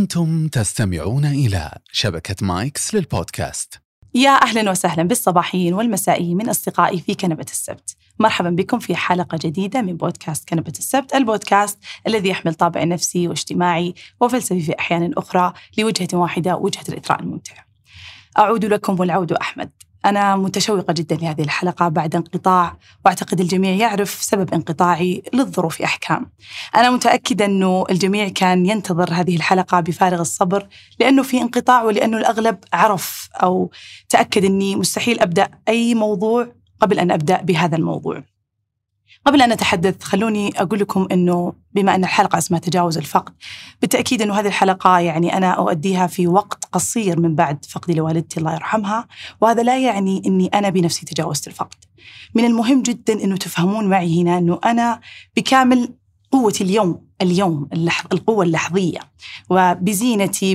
أنتم تستمعون إلى شبكة مايكس للبودكاست. يا أهلا وسهلا بالصباحيين والمسائيين من أصدقائي في كنبة السبت. مرحبا بكم في حلقة جديدة من بودكاست كنبة السبت، البودكاست الذي يحمل طابع نفسي واجتماعي وفلسفي في أحيان أخرى لوجهة واحدة، وجهة الإثراء الممتع. أعود لكم والعود أحمد. أنا متشوقة جدا لهذه الحلقة بعد انقطاع، وأعتقد الجميع يعرف سبب انقطاعي للظروف أحكام. أنا متأكدة أنه الجميع كان ينتظر هذه الحلقة بفارغ الصبر، لأنه في انقطاع ولأنه الأغلب عرف أو تأكد أني مستحيل أبدأ أي موضوع قبل أن أبدأ بهذا الموضوع. قبل أن أتحدث خلوني أقول لكم أنه بما أن الحلقة اسمها تجاوز الفقد، بالتأكيد أنه هذه الحلقة يعني أنا أؤديها في وقت قصير من بعد فقدي لوالدتي الله يرحمها، وهذا لا يعني أني أنا بنفسي تجاوزت الفقد. من المهم جدا أنه تفهمون معي هنا أنه أنا بكامل قوة اليوم القوة اللحظية، وبزينتي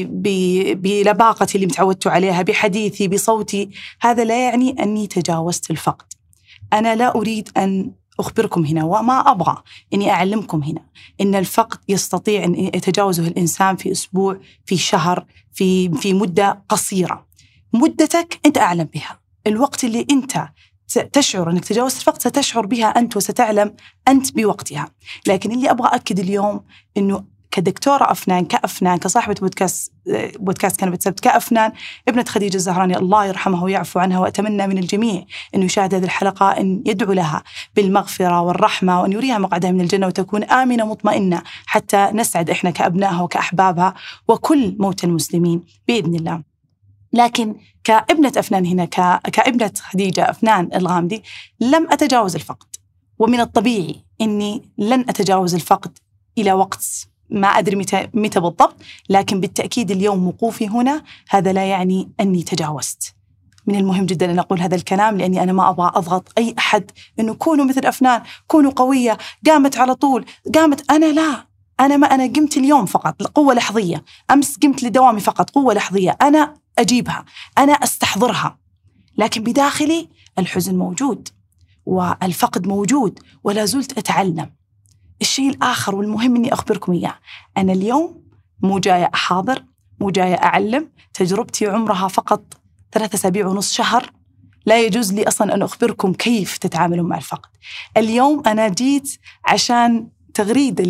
بلباقتي اللي متعودت عليها، بحديثي بصوتي، هذا لا يعني أني تجاوزت الفقد. أنا لا أريد أن أخبركم هنا وما أبغى أني أعلمكم هنا إن الفقد يستطيع أن يتجاوزه الإنسان في أسبوع، في شهر، في مدة قصيرة. مدتك أنت أعلم بها. الوقت اللي أنت تشعر أنك تجاوزت الفقد ستشعر بها أنت وستعلم أنت بوقتها. لكن اللي أبغى أكد اليوم أنه كدكتورة أفنان، كأفنان، كصاحبة بودكاست كنبة السبت، كأفنان، ابنة خديجة الزهراني الله يرحمها ويعفو عنها، وأتمنى من الجميع أن يشاهد هذه الحلقة أن يدعو لها بالمغفرة والرحمة، وأن يريها مقعدها من الجنة وتكون آمنة مطمئنة، حتى نسعد إحنا كأبنائها وكأحبابها وكل موتى المسلمين بإذن الله. لكن كابنة أفنان هنا، كابنة خديجة أفنان الغامدي، لم أتجاوز الفقد، ومن الطبيعي أني لن أتجاوز الفقد إلى وقت ما أدري متى بالضبط، لكن بالتأكيد اليوم وقوفي هنا هذا لا يعني أني تجاوزت. من المهم جدا أن أقول هذا الكلام، لأني أنا ما أبغى أضغط أي أحد أنه كونوا مثل أفنان، كونوا قوية، قامت على طول، قامت. أنا لا، أنا قمت اليوم فقط قوة لحظية، أمس قمت لدوامي فقط قوة لحظية، أنا أجيبها، أنا أستحضرها، لكن بداخلي الحزن موجود والفقد موجود، ولا زلت أتعلم. الشيء الآخر والمهم أني أخبركم إياه، أنا اليوم مو جاية أحاضر، مو جاية أعلم، تجربتي عمرها فقط 3 أسابيع ونص، شهر. لا يجوز لي أصلا أن أخبركم كيف تتعاملون مع الفقد. اليوم أنا جيت عشان تغريدة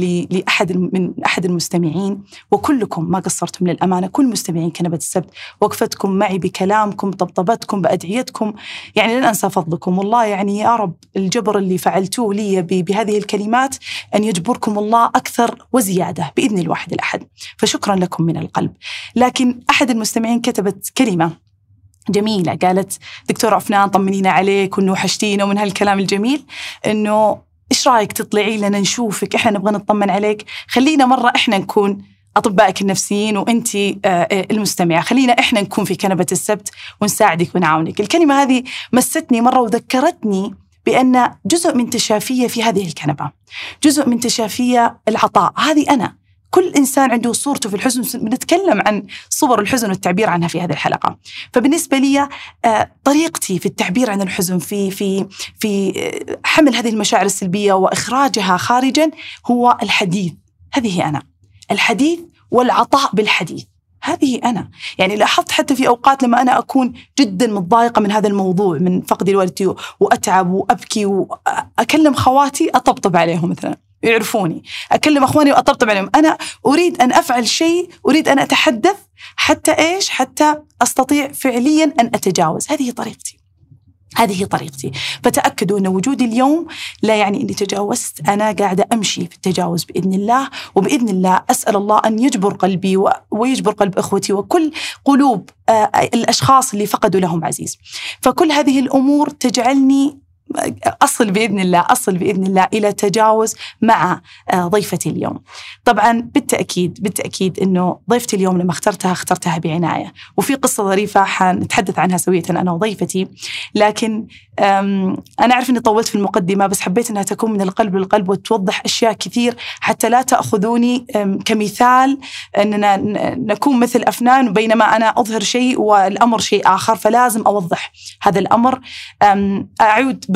من أحد المستمعين، وكلكم ما قصرتم للأمانة، كل مستمعين كنبة السبت، وقفتكم معي بكلامكم، طبطبتكم، بأدعيتكم، يعني لن أنسى فضلكم. والله يعني يا رب الجبر اللي فعلتوه لي بهذه الكلمات أن يجبركم الله أكثر وزيادة بإذن الواحد الأحد، فشكرا لكم من القلب. لكن أحد المستمعين كتبت كلمة جميلة، قالت: دكتورة أفنان طمنينا عليك وإنه وحشتينا، ومن هالكلام الجميل إنه إيش رأيك تطلعي لنا نشوفك، إحنا نبغى نطمن عليك، خلينا مرة إحنا نكون أطبائك النفسيين وإنتي المستمعة، خلينا إحنا نكون في كنبة السبت ونساعدك ونعاونك. الكلمة هذه مستني مرة وذكرتني بأن جزء من تشافية في هذه الكنبة، جزء من تشافية العطاء. هذه أنا، كل إنسان عنده صورته في الحزن، بنتكلم عن صور الحزن والتعبير عنها في هذه الحلقة. فبالنسبة لي طريقتي في التعبير عن الحزن، في حمل هذه المشاعر السلبية وإخراجها خارجا، هو الحديث. هذه أنا، الحديث والعطاء بالحديث، هذه أنا. يعني لاحظت حتى في أوقات لما أنا أكون جدا متضايقة من هذا الموضوع، من فقدي لوالدتي، وأتعب وأبكي، وأكلم خواتي أطبطب عليهم مثلا، يعرفوني، أكلم أخواني وأطبطب عليهم. أنا أريد أن أفعل شيء، أريد أن أتحدث، حتى إيش؟ حتى أستطيع فعليا أن أتجاوز. هذه طريقتي. فتأكدوا أن وجودي اليوم لا يعني أني تجاوزت، أنا قاعدة أمشي في التجاوز بإذن الله، وبإذن الله أسأل الله أن يجبر قلبي ويجبر قلب إخوتي وكل قلوب الأشخاص اللي فقدوا لهم عزيز. فكل هذه الأمور تجعلني أصل بإذن الله إلى تجاوز مع ضيفتي اليوم. طبعا بالتأكيد أنه ضيفتي اليوم لما اخترتها بعناية، وفي قصة ظريفة حنتحدث عنها سوية أنا وضيفتي، لكن أنا أعرف أني طولت في المقدمة، بس حبيت أنها تكون من القلب للقلب وتوضح أشياء كثير، حتى لا تأخذوني كمثال أننا نكون مثل أفنان بينما أنا أظهر شيء والأمر شيء آخر، فلازم أوضح هذا الأمر. أعود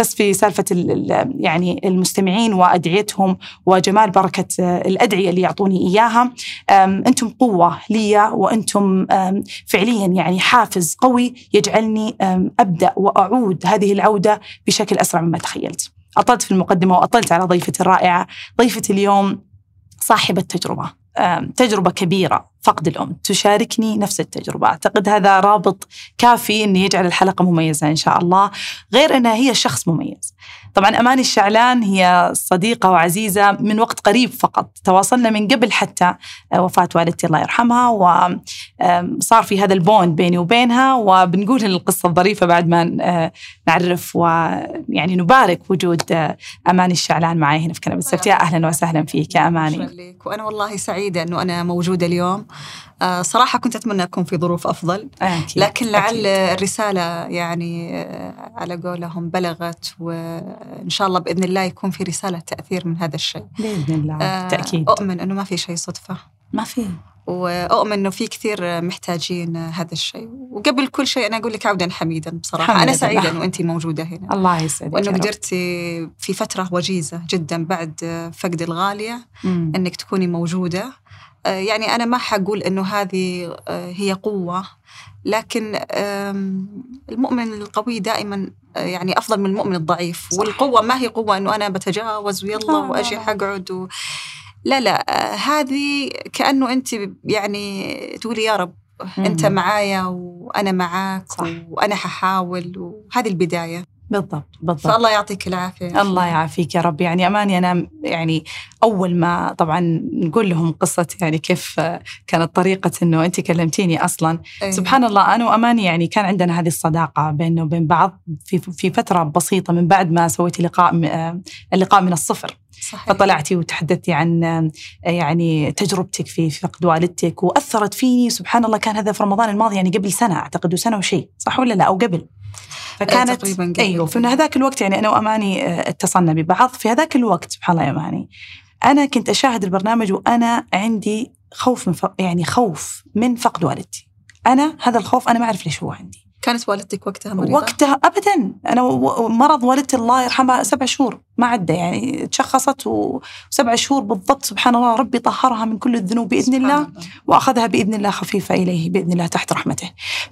بس في سالفة يعني المستمعين وأدعيتهم وجمال بركة الأدعية اللي يعطوني إياها. أنتم قوة لي، وأنتم فعليا يعني حافز قوي يجعلني أبدأ وأعود هذه العودة بشكل أسرع مما تخيلت. أطلت في المقدمة وأطلت على ضيفتي الرائعة. ضيفتي اليوم صاحبة تجربة كبيرة، فقد الأم، تشاركني نفس التجربة. أعتقد هذا رابط كافي أن يجعل الحلقة مميزة إن شاء الله، غير أنها هي شخص مميز. طبعا أماني الشعلان هي صديقة وعزيزة من وقت قريب فقط، تواصلنا من قبل حتى وفاة والدتي الله يرحمها، وصار في هذا البوند بيني وبينها، وبنقول القصة الظريفة بعد ما نعرف ويعني نبارك وجود أماني الشعلان معي هنا في كنبة السبت. يا أهلا وسهلا فيك يا أماني. وأنا والله سعيدة أنه أنا موجودة اليوم. صراحة كنت أتمنى أكون في ظروف أفضل، لكن لعل الرسالة يعني على قولهم بلغت، وإن شاء الله بإذن الله يكون في رسالة تأثير من هذا الشيء بإذن الله. تأكيد أؤمن أنه ما في شيء صدفة، ما في، وأؤمن أنه في كثير محتاجين هذا الشيء. وقبل كل شيء أنا أقول لك عودا حميدا بصراحة. أنا سعيدة أنه أنت موجودة هنا، الله يسعدك، وأنه قدرتي في فترة وجيزة جدا بعد فقد الغالية أنك تكوني موجودة. يعني أنا ما حقول أنه هذه هي قوة، لكن المؤمن القوي دائما يعني أفضل من المؤمن الضعيف. صح. والقوة ما هي قوة أنه أنا بتجاوز ويلا وأجي حقعد لا هذه كأنه أنت يعني تقولي يا رب أنت معايا وأنا معاك. صح. وأنا ححاول، وهذه البداية. بالضبط. فالله يعطيك العافية. الله يعافيك يا رب. يعني أماني أنا يعني أول ما طبعا نقول لهم قصة يعني كيف كانت طريقة أنه أنت كلمتيني أصلا. سبحان الله، أنا وأماني يعني كان عندنا هذه الصداقة بيننا وبين بعض في فترة بسيطة من بعد ما سويت اللقاء من الصفر. صحيح. فطلعتي وتحدثتي عن يعني تجربتك في فقد والدتك، وأثرت فيني. سبحان الله، كان هذا في رمضان الماضي، يعني قبل سنة أعتقد، سنة وشيء، صح ولا لا؟ أو قبل. فكانت أيوه في هذاك الوقت يعني أنا وأماني اتصلنا ببعض في هذاك الوقت. سبحان الله يا أماني، أنا كنت أشاهد البرنامج وأنا عندي خوف يعني خوف من فقد والدتي. أنا هذا الخوف أنا ما أعرف ليش هو عندي. كانت والدتك وقتها مريضة؟ وقتها أبداً. أنا مرض والدتي الله يرحمها 7 شهور ما عدى، يعني تشخصت و7 شهور بالضبط. سبحان الله، ربي طهرها من كل الذنوب بإذن الله، وأخذها بإذن الله خفيفة إليه بإذن الله تحت رحمته.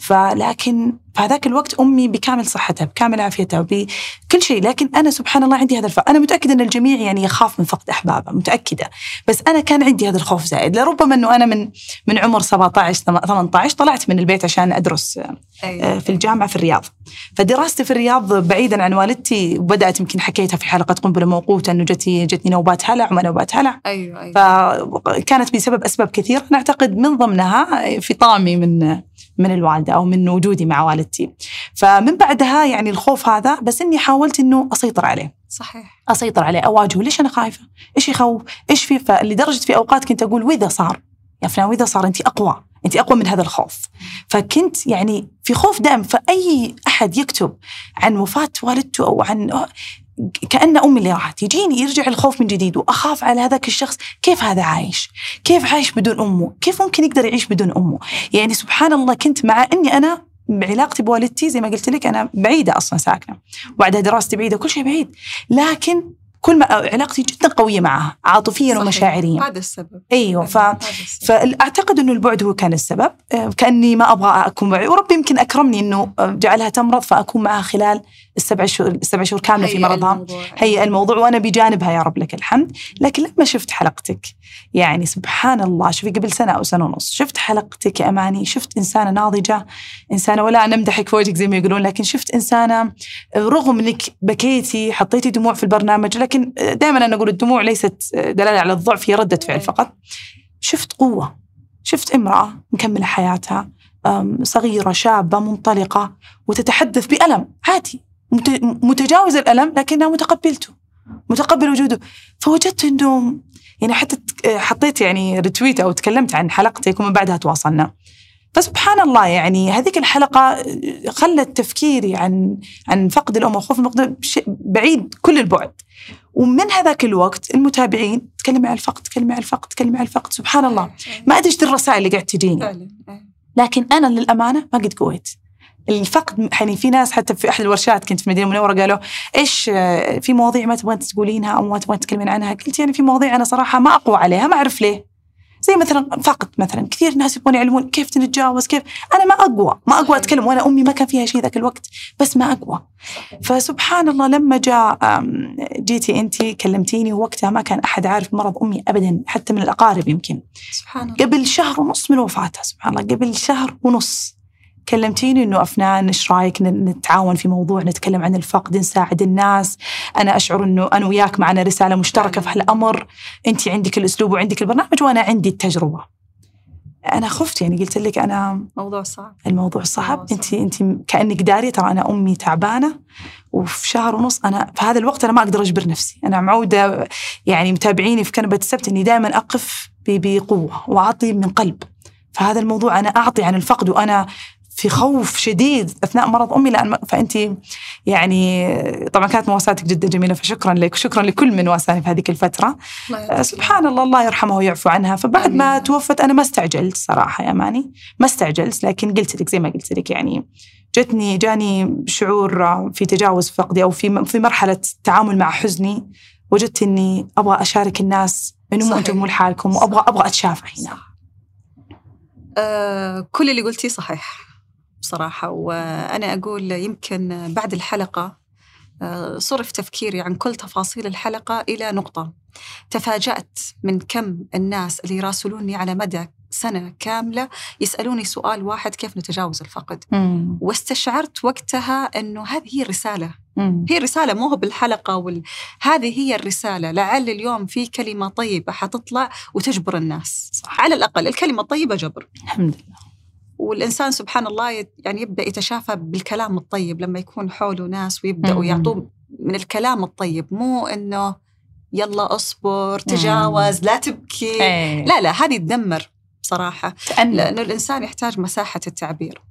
لكن في هذاك الوقت أمي بكامل صحتها بكامل عافيتها بكل شيء، لكن أنا سبحان الله عندي هذا الفقر. أنا متأكدة أن الجميع يعني يخاف من فقد أحبابه، متأكدة، بس أنا كان عندي هذا الخوف زائد. لربما أنه أنا من عمر 17-18 طلعت من البيت عشان أدرس في الجامعة في الرياض. فدراستي في الرياض بعيدا عن والدتي، وبدأت يمكن حكيتها في حلقة قنبلة موقوتة أنه جتني نوبات هلع وما نوبات هلع. أيوة. فكانت بسبب أسباب كثيرة، نعتقد من ضمنها في طعمي من الوالدة أو من وجودي مع والدتي. فمن بعدها يعني الخوف هذا، بس إني حاولت إنه أسيطر عليه. صحيح. أسيطر عليه، أواجهه. ليش أنا خايفة؟ إيش يخوف؟ إيش فيه؟ فلدرجة في أوقات كنت أقول وإذا صار يا فلان، وإذا صار أنت أقوى من هذا الخوف. فكنت يعني في خوف دائم. فأي أحد يكتب عن وفاة والدته أو عن كأن أمي اللي راحت، يرجع الخوف من جديد، وأخاف على هذاك الشخص. كيف هذا عايش؟ كيف عايش بدون أمه؟ كيف ممكن يقدر يعيش بدون أمه؟ يعني سبحان الله، كنت مع أني أنا بعلاقتي بوالدتي زي ما قلت لك أنا بعيدة أصلا ساكنة، وبعدها دراستي بعيدة، كل شيء بعيد، لكن كل ما علاقتي جدا قوية معها عاطفيا ومشاعريا. هذا السبب. أيوة. فأعتقد أنه البعد هو كان السبب. كأني ما أبغى أكون معي، وربي يمكن أكرمني أنه جعلها تمرض فأكون معها خلال ال7 شهور كاملة في مرضها. هي الموضوع وأنا بجانبها يا رب لك الحمد. لكن لما شفت حلقتك يعني سبحان الله، شوفي قبل سنة أو سنة ونص شفت حلقتك يا أماني، شفت إنسانة ناضجة، إنسانة ولا نمدحك في وجهك زي ما يقولون، لكن شفت إنسانة رغم أنك بكيتي حطيتي دموع في البرنامج، لكن دائما أنا أقول الدموع ليست دلالة على الضعف، هي ردة فعل فقط. شفت قوة، شفت امرأة مكملة حياتها، صغيرة شابة منطلقة، وتتحدث بألم عادي، متجاوز الألم لكنها متقبل وجوده. فوجدت أنه يعني حتى حطيت يعني ريتويت أو تكلمت عن حلقتك ومن بعدها تواصلنا. فسبحان الله يعني هذيك الحلقة خلت تفكيري عن فقد الأم وخوف المقدم بعيد كل البعد. ومن هذاك الوقت المتابعين تكلمي عن الفقد. سبحان الله، ما أدري الرسائل اللي قاعد تجيني، لكن أنا للأمانة ما قد قويت. الفقد يعني في ناس حتى في أحد الورشات كنت في المدينة المنورة قالوا إيش في مواضيع ما تبغين تقولينها أو ما تبغين تتكلمين عنها؟ قلت يعني في مواضيع أنا صراحة ما أقوى عليها، ما أعرف ليه. زي مثلا فقد مثلا، كثير ناس يبغون يعلمون كيف نتجاوز، كيف. أنا ما أقوى أتكلم، وأنا أمي ما كان فيها شيء ذاك الوقت، بس ما أقوى. فسبحان الله لما جيتي أنتي كلمتيني، ووقتها ما كان أحد عارف مرض أمي أبدا، حتى من الأقارب. يمكن سبحان الله قبل 1.5 شهر من وفاتها، سبحان الله قبل 1.5 شهر كلمتيني إنه أفنان إيش رأيك نتعاون في موضوع، نتكلم عن الفقد، نساعد الناس. أنا أشعر إنه أنا وياك معنا رسالة مشتركة في هالأمر، أنت عندك الأسلوب وعندك البرنامج وأنا عندي التجربة. أنا خفت، يعني قلت لك أنا الموضوع صعب. أنت كأنك دارية، ترى أنا أمي تعبانة وفي 1.5 شهر أنا في هذا الوقت أنا ما أقدر أجبر نفسي. أنا معودة يعني متابعيني في كنبة السبت إني دائما أقف بقوة وأعطي من قلب. فهذا الموضوع أنا أعطي عن الفقد وأنا في خوف شديد أثناء مرض أمي، لأن فأنت يعني طبعا كانت مواساتك جدا جميلة، فشكرا لك وشكرا لكل من واساني في هذه الفترة. سبحان الله يرحمها ويعفو عنها. فبعد ما توفت أنا ما استعجلت صراحة يا ماني، ما استعجلت، لكن قلت لك زي ما قلت لك يعني جاني شعور في تجاوز فقدي أو في مرحلة تعامل مع حزني. وجدت إني أبغى أشارك الناس إنه أنتم مو لحالكم، وأبغى أتشافى هنا. كل اللي قلتيه صحيح بصراحة. وأنا أقول يمكن بعد الحلقة صرف تفكيري عن كل تفاصيل الحلقة إلى نقطة. تفاجأت من كم الناس اللي يراسلوني على مدى سنة كاملة يسألوني سؤال واحد: كيف نتجاوز الفقد؟ واستشعرت وقتها أنه هذه هي الرسالة. هي الرسالة، مو بالحلقة هذه هي الرسالة. لعل اليوم في كلمة طيبة حتطلع وتجبر الناس. صح. على الأقل الكلمة الطيبة جبر. الحمد لله. والإنسان سبحان الله يعني يبدأ يتشافى بالكلام الطيب لما يكون حوله ناس ويبدأوا يعطوه من الكلام الطيب، مو إنه يلا أصبر تجاوز لا تبكي. لا هذه تدمر بصراحة، لأنه الإنسان يحتاج مساحة التعبير.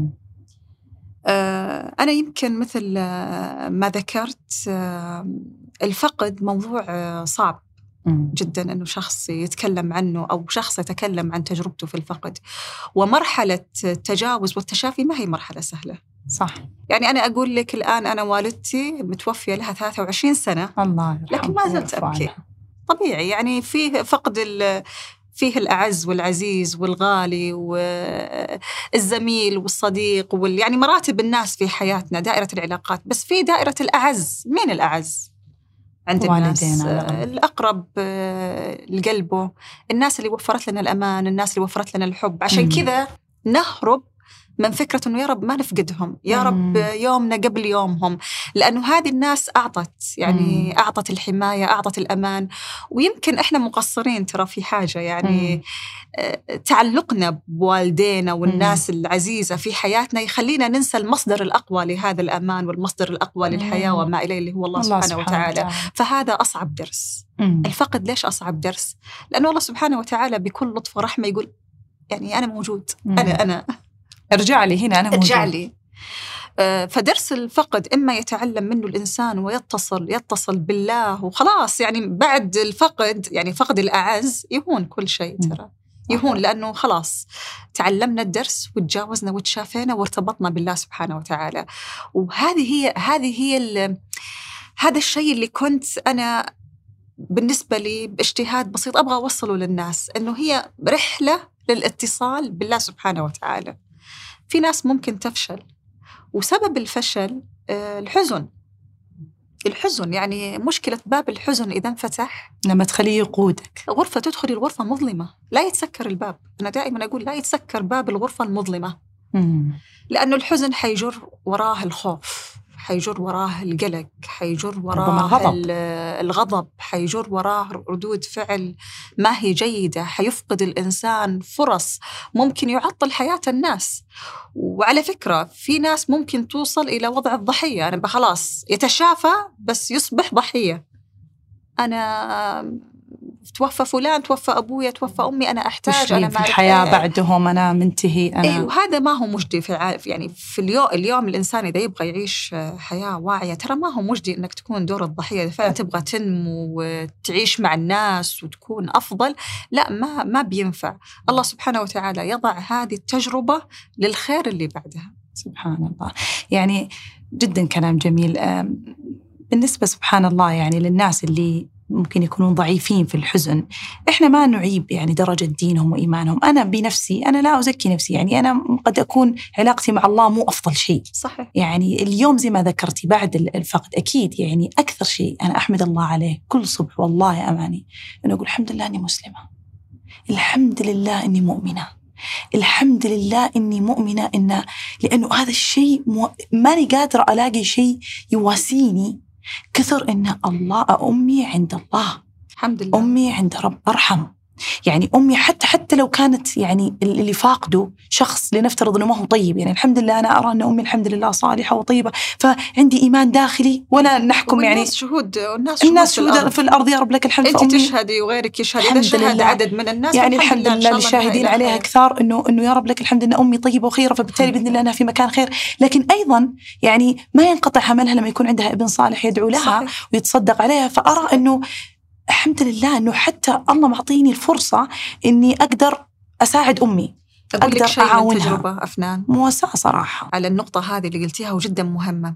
أنا يمكن مثل ما ذكرت الفقد موضوع صعب جدا أنه شخص يتكلم عنه أو شخص يتكلم عن تجربته في الفقد. ومرحلة التجاوز والتشافي ما هي مرحلة سهلة. صح. يعني أنا أقول لك الآن أنا والدتي متوفية لها 23 سنة، الله يرحمها، لكن ما زلت أبكي. طبيعي، يعني فيه فقد فيه الأعز والعزيز والغالي والزميل والصديق يعني مراتب الناس في حياتنا، دائرة العلاقات. بس في دائرة الأعز. مين الأعز عند الناس؟ الأقرب لقلبه، الناس اللي وفرت لنا الأمان، الناس اللي وفرت لنا الحب. عشان كذا نهرب من فكرة أنه يا رب ما نفقدهم، يا رب يومنا قبل يومهم، لأنه هذه الناس أعطت الحماية، أعطت الأمان. ويمكن إحنا مقصرين ترى في حاجة، يعني تعلقنا بوالدينا والناس العزيزة في حياتنا يخلينا ننسى المصدر الأقوى لهذا الأمان والمصدر الأقوى للحياة وما إليه، اللي هو الله سبحانه وتعالى. فهذا أصعب درس. الفقد ليش أصعب درس؟ لأنه الله سبحانه وتعالى بكل لطف ورحمة يقول يعني أنا موجود، أنا ارجع لي هنا، أنا موجود، ارجع لي. فدرس الفقد إما يتعلم منه الإنسان ويتصل بالله وخلاص. يعني بعد الفقد، يعني فقد الأعز، يهون كل شيء ترى، يهون، لأنه خلاص تعلمنا الدرس وتجاوزنا وتشافينا وارتبطنا بالله سبحانه وتعالى. وهذه هي هذا الشيء اللي كنت أنا بالنسبة لي باجتهاد بسيط أبغى أوصله للناس، إنه هي رحلة للاتصال بالله سبحانه وتعالى. في ناس ممكن تفشل، وسبب الفشل الحزن. يعني مشكلة باب الحزن إذا انفتح لما تخليه يقودك غرفة، تدخلي الغرفة مظلمة، لا يتسكر الباب. أنا دائما أقول لا يتسكر باب الغرفة المظلمة، لأنه الحزن حيجر وراه الخوف، حيجر وراه القلق، حيجر وراه الغضب، حيجر وراه ردود فعل ما هي جيدة، حيفقد الإنسان فرص ممكن يعطل حياة الناس. وعلى فكرة في ناس ممكن توصل إلى وضع الضحية، أنا خلاص يتشافى بس يصبح ضحية. أنا توفى فلان، توفى أبويا، توفى أمي، أنا أحتاج، أنا في الحياة بعدهم، أنا منتهي، أنا وهذا ما هو مجدي يعني في اليوم الإنسان إذا يبغى يعيش حياة واعية ترى ما هو مجدي إنك تكون دور الضحية. فعلا تبغى تنمو وتعيش مع الناس وتكون أفضل، لا ما بينفع. الله سبحانه وتعالى يضع هذه التجربة للخير اللي بعدها. سبحان الله. يعني جدا كلام جميل. بالنسبة سبحان الله يعني للناس اللي ممكن يكونون ضعيفين في الحزن، إحنا ما نعيب يعني درجة دينهم وإيمانهم. أنا بنفسي أنا لا أزكي نفسي، يعني أنا قد أكون علاقتي مع الله مو أفضل شيء صحيح. يعني اليوم زي ما ذكرتي بعد الفقد أكيد يعني أكثر شيء أنا أحمد الله عليه كل صبح والله يا أماني أنه أقول الحمد لله أني مسلمة، الحمد لله أني مؤمنة، الحمد لله إني مؤمنة لأنه هذا الشيء ماني قادرة ألاقي شيء يواسيني كثر إن الله أمي عند الله، الحمد لله أمي عند رب أرحم. يعني أمي حتى لو كانت يعني اللي فاقده شخص لنفترض إنه ما هو طيب، يعني الحمد لله أنا أرى أن أمي الحمد لله صالحة وطيبة، فعندي إيمان داخلي ولا نحكم يعني الناس شهود في الأرض يا رب لك الحمد. أنت تشهدي وغيرك يشهد، إذا شهد عدد من الناس يعني الحمد لله الشاهدين عليها كثار إنه يا رب لك الحمد إن أمي طيبة وخيرة، فبالتالي بإذن الله أنها في مكان خير. لكن أيضا يعني ما ينقطع عملها لما يكون عندها ابن صالح يدعو لها ويتصدق عليها. فأرى إنه الحمد لله أنه حتى الله معطيني الفرصة إني أقدر أساعد أمي، أقدر أعاونها. تجربة أفنان مواساة صراحة على النقطة هذه اللي قلتيها وجدا مهمة.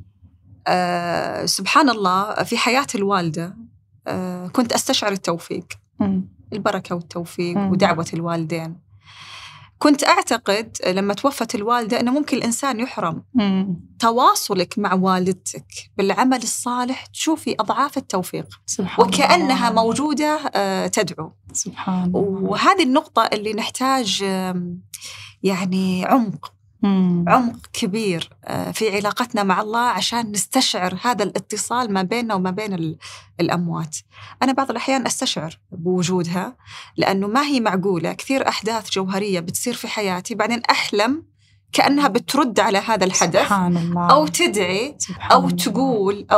سبحان الله في حياة الوالدة كنت أستشعر التوفيق، البركة والتوفيق ودعوة الوالدين. كنت أعتقد لما توفت الوالدة أنه ممكن الإنسان يحرم تواصلك مع والدتك بالعمل الصالح، تشوفي أضعاف التوفيق وكأنها موجودة تدعو. سبحان الله. وهذه النقطة اللي نحتاج يعني عمق كبير في علاقتنا مع الله عشان نستشعر هذا الاتصال ما بيننا وما بين الأموات. أنا بعض الأحيان أستشعر بوجودها لأنه ما هي معقولة، كثير أحداث جوهرية بتصير في حياتي بعدين أحلم كأنها بترد على هذا الحدث سبحان الله. أو تدعي أو تقول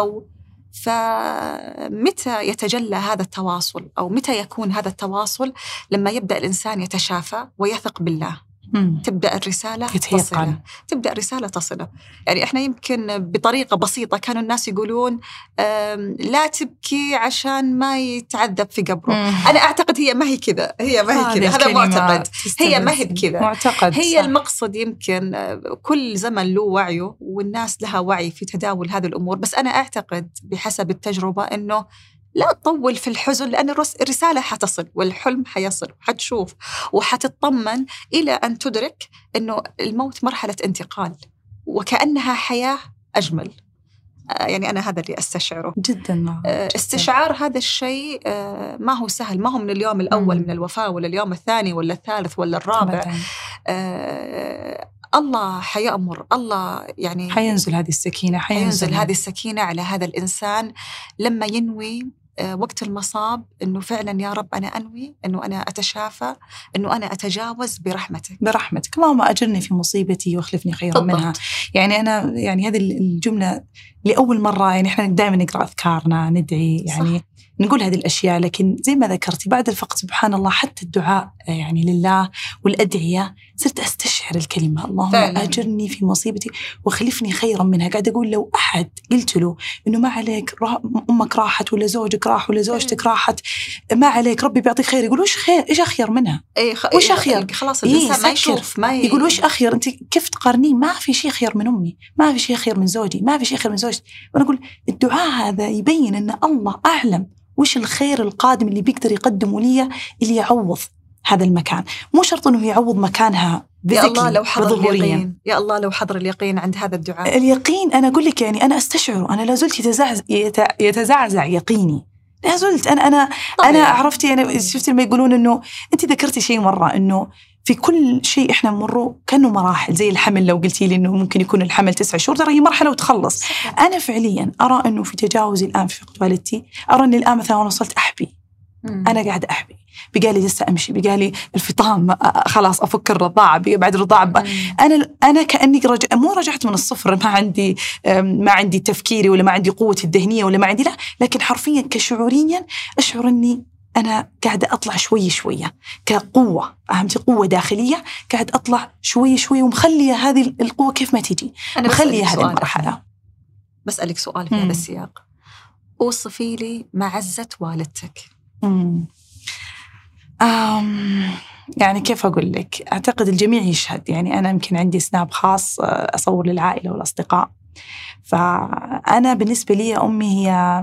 فمتى يتجلى هذا التواصل أو متى يكون هذا التواصل؟ لما يبدأ الإنسان يتشافى ويثق بالله، تبدأ الرسالة تصله، تبدأ الرسالة تصله. يعني إحنا يمكن بطريقة بسيطة كانوا الناس يقولون لا تبكي عشان ما يتعذب في قبره. أنا أعتقد هي ما هي كذا، هذا معتقد، هي ما هي بكذا، هي المقصد. يمكن كل زمن له وعيه والناس لها وعي في تداول هذه الأمور، بس أنا أعتقد بحسب التجربة إنه لا تطول في الحزن، لأن الرسالة حتصل والحلم حيصل، حتشوف وحتطمن إلى أن تدرك أنه الموت مرحلة انتقال وكأنها حياة أجمل. يعني أنا هذا اللي أستشعره جدا. استشعار هذا الشيء ما هو سهل، ما هو من اليوم الأول من الوفاة ولا اليوم الثاني ولا الثالث ولا الرابع. الله حيأمر، الله يعني حينزل هذه السكينة، حينزل هذه السكينة على هذا الإنسان لما ينوي وقت المصاب أنه فعلا يا رب أنا أنوي أنه أنا أتشافى، أنه أنا أتجاوز برحمتك اللهم أجرني في مصيبتي واخلفني خيرا منها. يعني أنا يعني هذه الجملة لأول مرة، يعني إحنا دائما نقرأ أذكارنا ندعي يعني صح. نقول هذه الأشياء، لكن زي ما ذكرتي بعد الفقد سبحان الله حتى الدعاء يعني لله والأدعية صرت أستشعر الكلمة اللهم أجرني في مصيبتي وخلفني خيرا منها. قاعد أقول لو أحد قلت له إنه ما عليك أمك راحت ولا زوجك راح ولا زوجتك راحت، ما عليك ربي بيعطيك خير، يقول وش خير؟ إيش أخير منها؟ وش أخير؟ خلاص الإنسان ما يشوف يقول وش أخير؟ أنت كيف تقارنين؟ ما في شيء خير من أمي، ما في شيء خير من زوجي، ما في شيء خير من زوجتي. وأنا أقول الدعاء هذا يبين أن الله أعلم وش الخير القادم اللي بيقدر يقدمه لي اللي يعوض هذا المكان. مو شرط أنه يعوض مكانها يا الله لو حضر اليقين، يا الله لو حضر اليقين عند هذا الدعاء. اليقين أنا أقول لك يعني أنا أستشعره، أنا لا زلت يتزعزع يقيني، لا زلت أنا عرفتي. أنا شفت لما يقولون إنه أنت ذكرتي شيء مرة إنه في كل شيء إحنا نمره كأنه مراحل، زي الحمل لو قلتي لي إنه ممكن يكون الحمل 9 شهور، ترى هي مرحلة وتخلص. أنا فعليا أرى إنه في تجاوزي الآن في فقد والدتي، أرى إني الآن مثلا وصلت أحبي، أنا قاعد أحبي، بقالي لسه أمشي، بقالي الفطام خلاص أفك الرضاعة، بعد الرضاعة أنا كأني مو رجعت من الصفر، ما عندي تفكيري ولا ما عندي قوتي الذهنية ولا ما عندي، لا، لكن حرفيا كشعوريا أشعر أني أنا قاعدة أطلع شوية شوية كقوة، أهمتي قوة داخلية، قاعد أطلع شوية شوية ومخلية هذه القوة كيف ما تيجي، أنا مخلية هذه المرحلة. بسألك سؤال في هذا السياق، أوصفي لي معزة والدتك. يعني كيف أقول لك، أعتقد الجميع يشهد. يعني أنا يمكن عندي سناب خاص أصور للعائلة والأصدقاء، فأنا بالنسبة لي أمي هي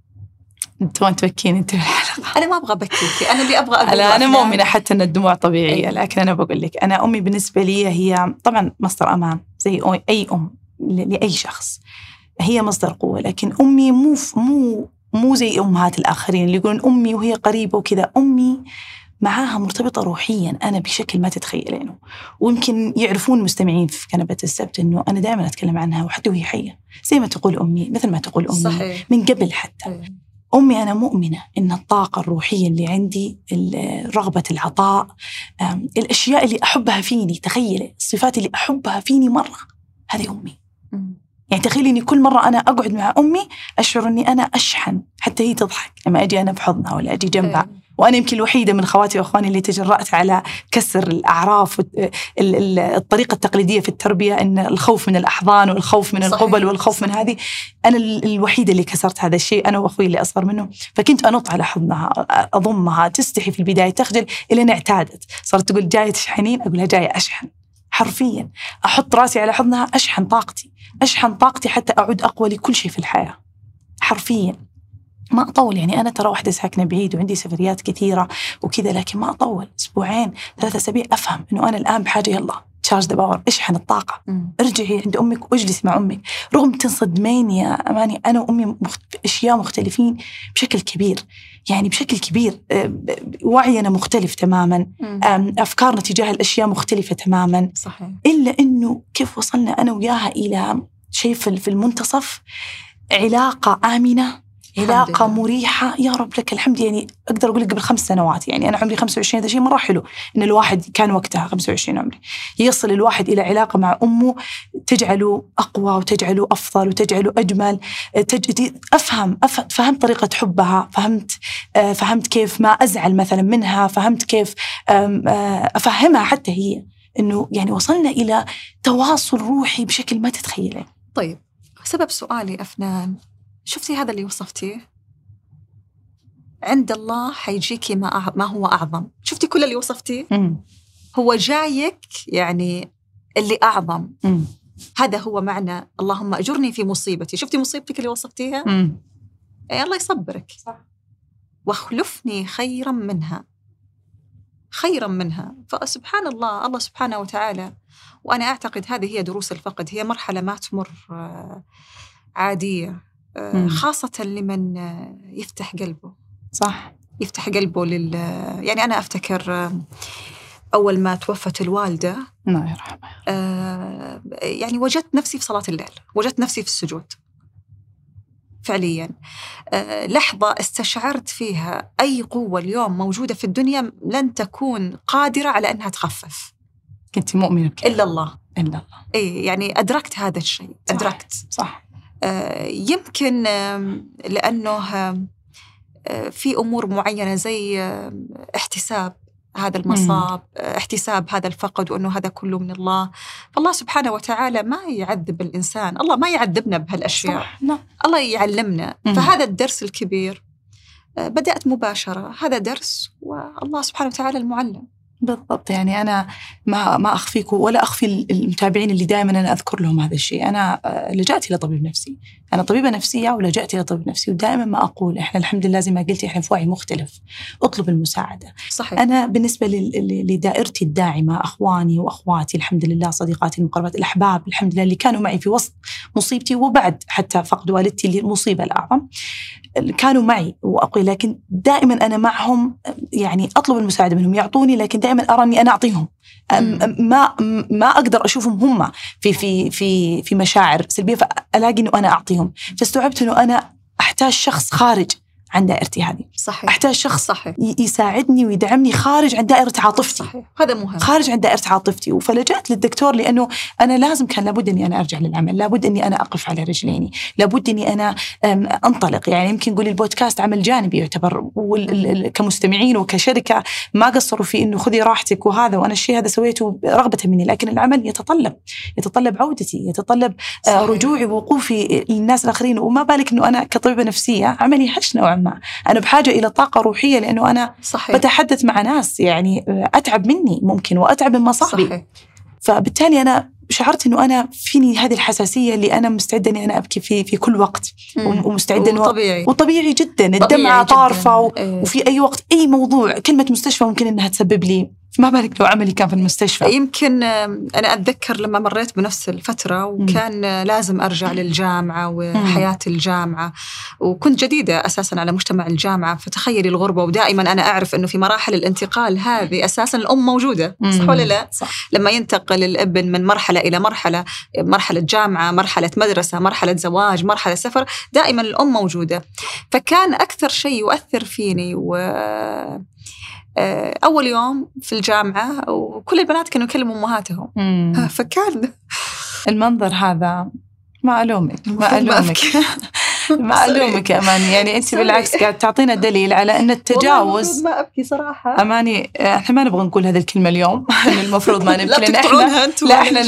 أنت تبكين أنت بالحلقة. أنا ما أبغى أبكيكي، أنا اللي أبغى أقول. أنا مؤمنة حتى أن الدموع طبيعية، لكن أنا بقول لك أنا أمي بالنسبة لي هي طبعا مصدر أمان زي أي أم لأي شخص، هي مصدر قوة. لكن أمي مو زي أمهات الآخرين اللي يقولون أمي وهي قريبة وكذا. أمي معاها مرتبطة روحيا أنا بشكل ما تتخيلينه. ويمكن يعرفون مستمعين في كنبة السبت أنه أنا دائما أتكلم عنها وحتى وهي حية، زي ما تقول أمي، مثل ما تقول أمي. صحيح. من قبل حتى أمي أنا مؤمنة أن الطاقة الروحية اللي عندي، رغبة العطاء، الأشياء اللي أحبها فيني، تخيلي الصفات اللي أحبها فيني مرة، هذه أمي. يعني تخيلي أني كل مرة أنا أقعد مع أمي أشعر أني أنا أشحن، حتى هي تضحك لما أجي أنا بحضنها ولا أجي جنبها. وأنا يمكن الوحيدة من خواتي وأخواني اللي تجرأت على كسر الأعراف الطريقة التقليدية في التربية، إن الخوف من الأحضان والخوف من القبل والخوف من هذه. أنا الوحيدة اللي كسرت هذا الشيء، أنا وأخوي اللي أصغر منه. فكنت أنط على حضنها، أضمها، تستحي في البداية، تخجل، إلى أن اعتادت. صارت تقول جاية تشحنين، أقولها جاية أشحن. حرفيا أحط راسي على حضنها، أشحن طاقتي حتى أعود أقوى لكل شيء في الحياة. حرفيا ما أطول. يعني أنا ترى واحدة ساكنة بعيد وعندي سفريات كثيرة وكذا، لكن ما أطول 2 3 أسابيع أفهم إنه أنا الآن بحاجة، يلا تشارج ذا باور، اشحن الطاقة، ارجعي عند أمك واجلسي مع أمك. رغم تنصدمين يا أماني، أنا وأمي أشياء مختلفين بشكل كبير، يعني بشكل كبير. وعينا مختلف تماما، أفكارنا تجاه الأشياء مختلفة تماما. صحيح. إلا إنه كيف وصلنا أنا وياها إلى شيء في المنتصف، علاقة آمنة، علاقة مريحة، يا رب لك الحمد. يعني أقدر أقول لك قبل 5 سنوات، يعني أنا عمري 25، هذا شيء مرة حلو إن الواحد كان وقتها 25 عمري يصل الواحد إلى علاقة مع أمه تجعله أقوى وتجعله أفضل وتجعله أجمل. فهمت طريقة حبها، فهمت كيف ما أزعل مثلا منها، فهمت كيف أفهمها حتى هي، إنه يعني وصلنا إلى تواصل روحي بشكل ما تتخيله. طيب، سبب سؤالي أفنان، شفتي هذا اللي وصفتيه؟ عند الله حيجيكي ما هو أعظم. شفتي كل اللي وصفتيه؟ هو جايك يعني اللي أعظم. هذا هو معنى اللهم أجرني في مصيبتي. شفتي مصيبتك اللي وصفتيها؟ يعني الله يصبرك. صح. واخلفني خيرا منها. فسبحان الله سبحانه وتعالى. وأنا أعتقد هذه هي دروس الفقد، هي مرحلة ما تمر عادية، خاصة لمن يفتح قلبه. صح. يفتح قلبه يعني أنا أفتكر أول ما توفت الوالدة، الله يرحمها، يعني وجدت نفسي في صلاة الليل، وجدت نفسي في السجود فعليا. لحظة استشعرت فيها أي قوة اليوم موجودة في الدنيا لن تكون قادرة على أنها تخفف. كنت مؤمنة بكذا. إلا الله. إيه، يعني أدركت هذا الشيء. أدركت. صح. يمكن لأنه في أمور معينة زي احتساب هذا المصاب، احتساب هذا الفقد، وأنه هذا كله من الله. فالله سبحانه وتعالى ما يعذب الإنسان، الله ما يعذبنا بهالأشياء. الله يعلمنا. فهذا الدرس الكبير بدأت مباشرة، هذا درس، والله سبحانه وتعالى المعلم. بالضبط. يعني أنا ما أخفيك ولا أخفي المتابعين اللي دائما أنا أذكر لهم هذا الشيء. أنا لجأت إلى طبيب نفسي، أنا طبيبة نفسية ولجأت إلى طبيب نفسي. ودائما ما أقول إحنا الحمد لله زي ما قلتي إحنا في وعي مختلف، أطلب المساعدة. صحيح. أنا بالنسبة لدائرتي الداعمة، أخواني وأخواتي الحمد لله، صديقاتي المقربات، الأحباب الحمد لله اللي كانوا معي في وسط مصيبتي وبعد حتى فقد والدتي اللي المصيبة الأعظم، كانوا معي وأقول، لكن دائما أنا معهم، يعني أطلب المساعدة منهم يعطوني، لكن دائما أرى أني أنا أعطيهم. ما أقدر أشوفهم هم في مشاعر سلبية، فألاقي أنه أنا أعطيهم. فاستوعبت أنه أنا أحتاج شخص خارج عن دائرتي هذه. صحيح. أحتاج شخص يساعدني ويدعمني خارج عن دائرة عاطفتي. صحيح. هذا مهم. خارج عن دائرة عاطفتي. فلجأت للدكتور لأنه أنا لابد أني أنا أرجع للعمل، لابد أني أنا أقف على رجليني، لابد أني أنا أنطلق. يعني يمكن نقول البودكاست عمل جانبي يعتبر، كمستمعين وكشركة ما قصروا في أنه خذي راحتك وهذا، وأنا الشيء هذا سويته رغبة مني، لكن العمل يتطلب عودتي، يتطلب رجوعي ووقوفي للناس الآخرين. وما بالك أنه أنا كطبيبة نفسية عملي هش نوعا ما. أنا بحاجة إلى طاقة روحية، لأنه أنا صحيح. بتحدث مع ناس يعني أتعب مني ممكن وأتعب من مصاحبي. صحيح. فبالتالي أنا شعرت إنه أنا فيني هذه الحساسية اللي أنا مستعدة إني أنا أبكي في كل وقت، ومستعدة إنه وطبيعي جدا الدمعة طارفة وفي أي وقت أي موضوع كلمة مستشفى ممكن إنها تسبب لي، ما بالك لو عملي كان في المستشفى. يمكن أنا أتذكر لما مريت بنفس الفترة وكان لازم أرجع للجامعة وحياة الجامعة، وكنت جديدة أساساً على مجتمع الجامعة، فتخيلي الغربة. ودائماً أنا أعرف أنه في مراحل الانتقال هذه أساساً الأم موجودة، صح ولا لا؟ صح. لما ينتقل الابن من مرحلة إلى مرحلة جامعة، مرحلة مدرسة، مرحلة زواج، مرحلة سفر، دائماً الأم موجودة. فكان أكثر شيء يؤثر فيني أول يوم في الجامعة وكل البنات كانوا يكلموا أمهاتهم، فكان المنظر هذا ما ألومك ما ألومك يا أماني، يعني أنت بالعكس قاعد تعطينا دليل على أن التجاوز. ما أبكي صراحة أماني، إحنا ما نبغى نقول هذه الكلمة اليوم المفروض ما نبكي، لأن إحنا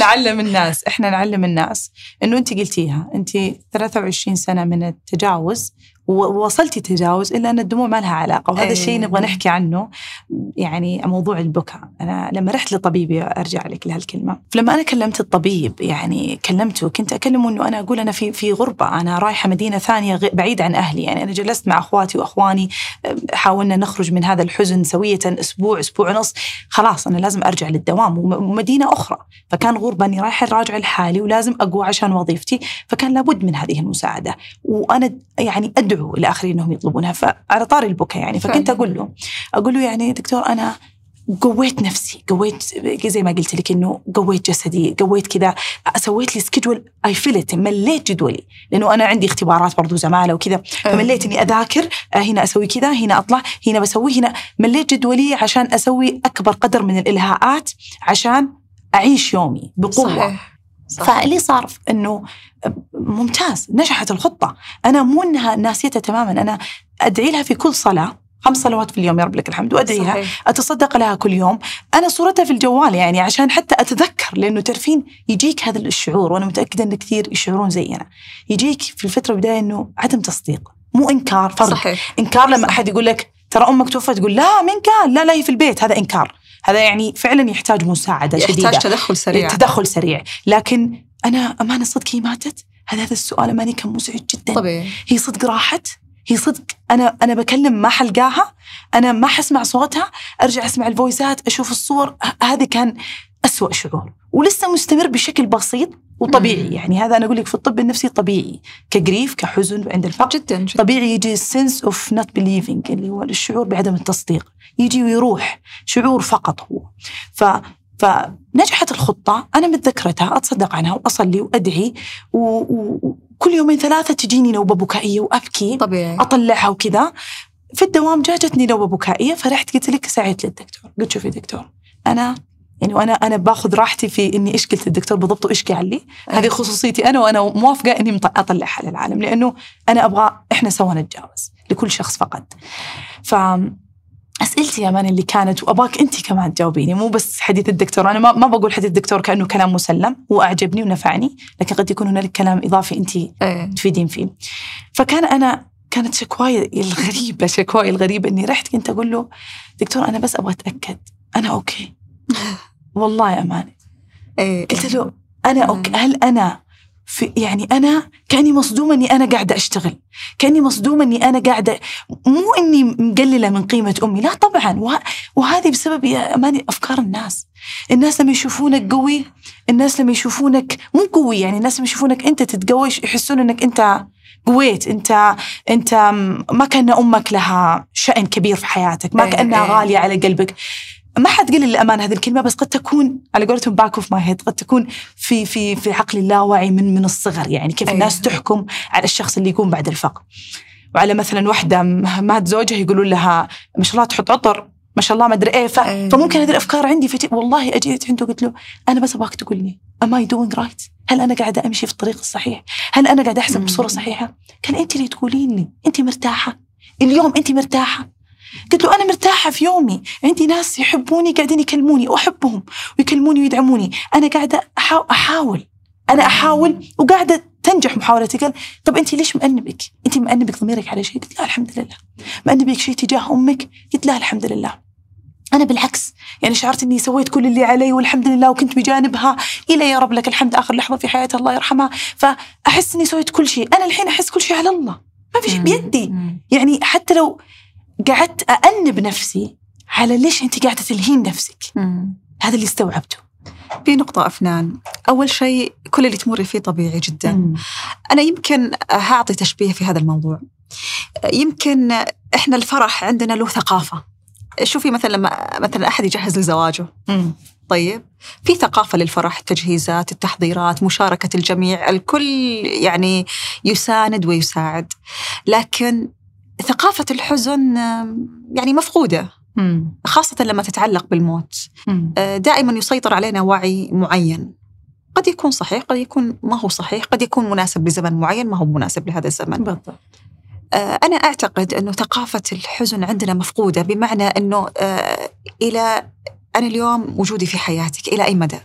نعلم الناس إنه أنت قلتيها، أنت 23 سنة من التجاوز ووصلتي تجاوز، إلا أن الدموع ما لها علاقة، وهذا الشيء نبغى نحكي عنه. يعني موضوع البكاء، أنا لما رحت لطبيبي أرجع لك لهالكلمة، فلما أنا كلمت الطبيب يعني كلمته، كنت أكلمه إنه أنا أقول أنا في غربة، أنا رايحة مدينة ثانية بعيد عن أهلي، يعني أنا جلست مع أخواتي وأخواني، حاولنا نخرج من هذا الحزن سوية، أسبوع ونص، خلاص أنا لازم أرجع للدوام ومدينة أخرى، فكان غربة أني رايحة راجع لحالي ولازم أقوى عشان وظيفتي، فكان لابد من هذه المساعدة، وأنا يعني أدعو الآخرين أنهم يطلبونها. فعلى طاري البكاء يعني، فكنت أقول له يعني دكتور أنا قويت نفسي، قويت زي ما قلت لك إنه قويت جسدي، قويت كذا، سويت لي سكيدول I feel it، مليت جدولي، لأنه أنا عندي اختبارات برضو زمالة وكذا، فمليت إني أذاكر، هنا أسوي كذا، هنا أطلع، هنا بسوي، هنا مليت جدولي عشان أسوي أكبر قدر من الإلهاءات عشان أعيش يومي بقوة. صحيح. فاللي صار إنه ممتاز، نجحت الخطة، أنا مو إنها ناسيتها تماما، أنا أدعي لها في كل صلاة، 5 صلوات في اليوم يا رب لك الحمد، وأدعيها. صحيح. أتصدق لها كل يوم، أنا صورتها في الجوال يعني عشان حتى أتذكر، لأنه تعرفين يجيك هذا الشعور، وأنا متأكدة أن كثير يشعرون زينا، يجيك في الفترة بداية أنه عدم تصديق، مو إنكار، فرق. صحيح. إنكار لما أحد يقول لك ترى أمك توفت، تقول لا من كان، لا هي في البيت، هذا إنكار، هذا يعني فعلا يحتاج مساعدة شديدة، يحتاج تدخل سريع. لكن أنا أمانة صدق هي ماتت، هذا السؤال أماني كان مزعج جدا. طبيعي. هي صدق راحت، هي صدق أنا بكلم ما حلقاها، أنا ما حسمع صوتها، أرجع أسمع الفويسات، أشوف الصور، هذا كان أسوأ شعور، ولسه مستمر بشكل بسيط وطبيعي. يعني هذا أنا أقول لك في الطب النفسي طبيعي، كجريف، كحزن عند الفقد، جداً. طبيعي يجي sense of not believing، اللي هو الشعور بعدم التصديق، يجي ويروح، شعور فقط هو. فنجحت الخطة، أنا متذكرتها، أتصدق عنها وأصلي وأدعي، وكل يومين 3 تجيني نوبة بكائية وأبكي طبيعي. أطلعها وكذا. في الدوام جاتني نوبة بكائية، فرحت قلت لك ساعدت للدكتور، قلت شوفي دكتور، أنا يعني وأنا باخذ راحتي في إني إيش قلت الدكتور بالضبط وإيش قال لي، هذه خصوصيتي أنا، وأنا موافقة إني أطلعها للعالم، لأنه أنا أبغى إحنا سوا نتجاوز لكل شخص فقد. أسئلتي يا مان اللي كانت، وأباك أنت كمان تجاوبيني، مو بس حديث الدكتور، أنا ما بقول حديث الدكتور كأنه كلام مسلم وأعجبني ونفعني، لكن قد يكون هنالك كلام إضافي أنت تفيدين فيه. كانت شكواي الغريبة إني رحت كنت أقول له دكتور أنا بس أبغى أتأكد أنا أوكي. والله يا أماني قلت له أنا أوكي، هل أنا يعني أنا كأني مصدومة أني أنا قاعدة أشتغل، كأني مصدومة أني أنا قاعدة، مو أني مقللة من قيمة أمي، لا طبعا، وهذه بسبب يا أماني أفكار الناس لما يشوفونك قوي، الناس لما يشوفونك مو قوي، يعني الناس لما يشوفونك أنت تتقوي يحسون أنك أنت قويت، أنت ما كان أمك لها شأن كبير في حياتك، ما كأنها غالية على قلبك. ما حد قال الأمان هذه الكلمة، بس قد تكون على قولتهم back of my head، قد تكون في عقل اللاواعي من الصغر، يعني كيف الناس تحكم على الشخص اللي يكون بعد الفقر، وعلى مثلا واحدة مات زوجها يقولون لها ما شاء الله تحط عطر، ما شاء الله ما أدري إيه، فممكن هذه الأفكار عندي. والله أجيت عنده قلت له أنا بس أبغاك تقول لي am I doing right؟ هل أنا قاعدة أمشي في الطريق الصحيح؟ هل أنا قاعدة أحسب بصورة صحيحة؟ كان أنت اللي تقولين لي أنت مرتاحة اليوم، أنت مرتاحة. قلت له أنا مرتاحة في يومي، عندي ناس يحبوني قاعدين يكلموني وأحبهم ويكلموني ويدعموني، أنا قاعدة أحاول وقاعدة تنجح محاولتي قال طب أنت ليش مأنبك؟ أنت مأنبك ضميرك على شيء؟ قلت لا الحمد لله. مأنبك شيء تجاه أمك؟ قلت لا الحمد لله. أنا بالعكس يعني شعرت إني سويت كل اللي علي والحمد لله وكنت بجانبها إلى يا رب لك الحمد آخر لحظة في حياتها الله يرحمها. فأحس إني سويت كل شيء. أنا الحين أحس كل شيء على الله، ما في شيء بيدي. يعني حتى لو قعدت أأنب نفسي على ليش أنت قاعدة تلهين نفسك، هذا اللي استوعبته. في نقطة أفنان، أول شيء كل اللي تمر فيه طبيعي جدا. أنا يمكن هعطي تشبيه في هذا الموضوع. يمكن إحنا الفرح عندنا له ثقافة. شوفي مثلا لما مثلا أحد يجهز لزواجه، طيب في ثقافة للفرح، التجهيزات، التحضيرات، مشاركة الجميع، الكل يعني يساند ويساعد. لكن ثقافة الحزن يعني مفقودة، خاصة لما تتعلق بالموت. دائما يسيطر علينا وعي معين، قد يكون صحيح قد يكون ما هو صحيح، قد يكون مناسب لزمن معين ما هو مناسب لهذا الزمن. بالضبط. أنا أعتقد أنه ثقافة الحزن عندنا مفقودة، بمعنى أنه إلى أنا اليوم وجودي في حياتك إلى أي مدى؟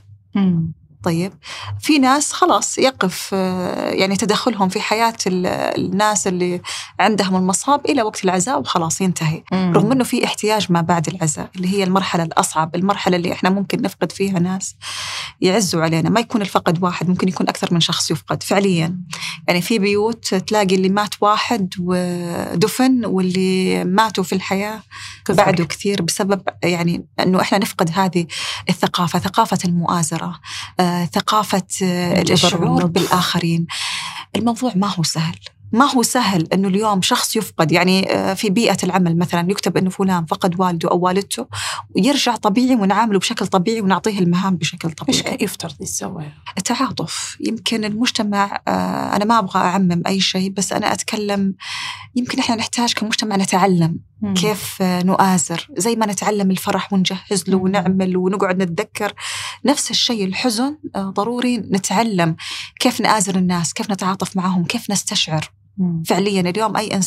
طيب في ناس خلاص يقف يعني تدخلهم في حياة الناس اللي عندهم المصاب إلى وقت العزاء وخلاص ينتهي. رغم أنه في احتياج ما بعد العزاء اللي هي المرحلة الأصعب، المرحلة اللي إحنا ممكن نفقد فيها ناس يعزوا علينا. ما يكون الفقد واحد، ممكن يكون أكثر من شخص يفقد فعليا. يعني في بيوت تلاقي اللي مات واحد ودفن، واللي ماتوا في الحياة بعده كثير، بسبب يعني أنه إحنا نفقد هذه الثقافة، ثقافة المؤازرة، ثقافة الشعور بالآخرين. الموضوع ما هو سهل، ما هو سهل أنه اليوم شخص يفقد. يعني في بيئة العمل مثلا يكتب أنه فلان فقد والده أو والدته، ويرجع طبيعي ونعامله بشكل طبيعي ونعطيه المهام بشكل طبيعي. إيش يفترض يسوي؟ التعاطف. يمكن المجتمع، أنا ما أبغى أعمم أي شيء، بس أنا أتكلم يمكن إحنا نحتاج كمجتمع نتعلم كيف نؤازر، زي ما نتعلم الفرح ونجهز له ونعمل ونقعد نتذكر. نفس الشيء الحزن ضروري نتعلم كيف نآزر الناس، كيف نتعاطف معهم، كيف نستشعر. فعليا اليوم أي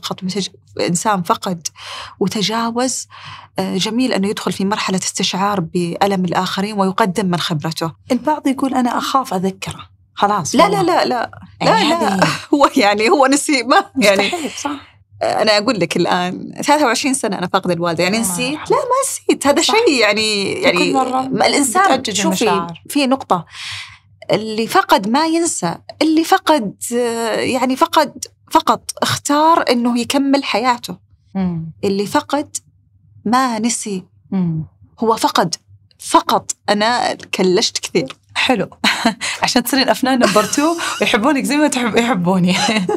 إنسان فقد وتجاوز، جميل أنه يدخل في مرحلة استشعار بألم الآخرين ويقدم من خبرته. البعض يقول أنا أخاف أذكره خلاص. لا لا لا لا لا هو يعني هو نسي، ما يعني مستحيل صح. أنا أقول لك الآن 23 سنة أنا فاقد الوالدة، يعني نسيت؟ لا ما نسيت. هذا شيء يعني الإنسان شوفي في نقطة، اللي فقد ما ينسى، اللي فقد يعني فقط اختار إنه يكمل حياته. اللي فقد ما نسي، هو فقط. أنا كلشت كثير. حلو عشان تصيرين أفنان نمبر 2 ويحبونك زي ما يحبوني.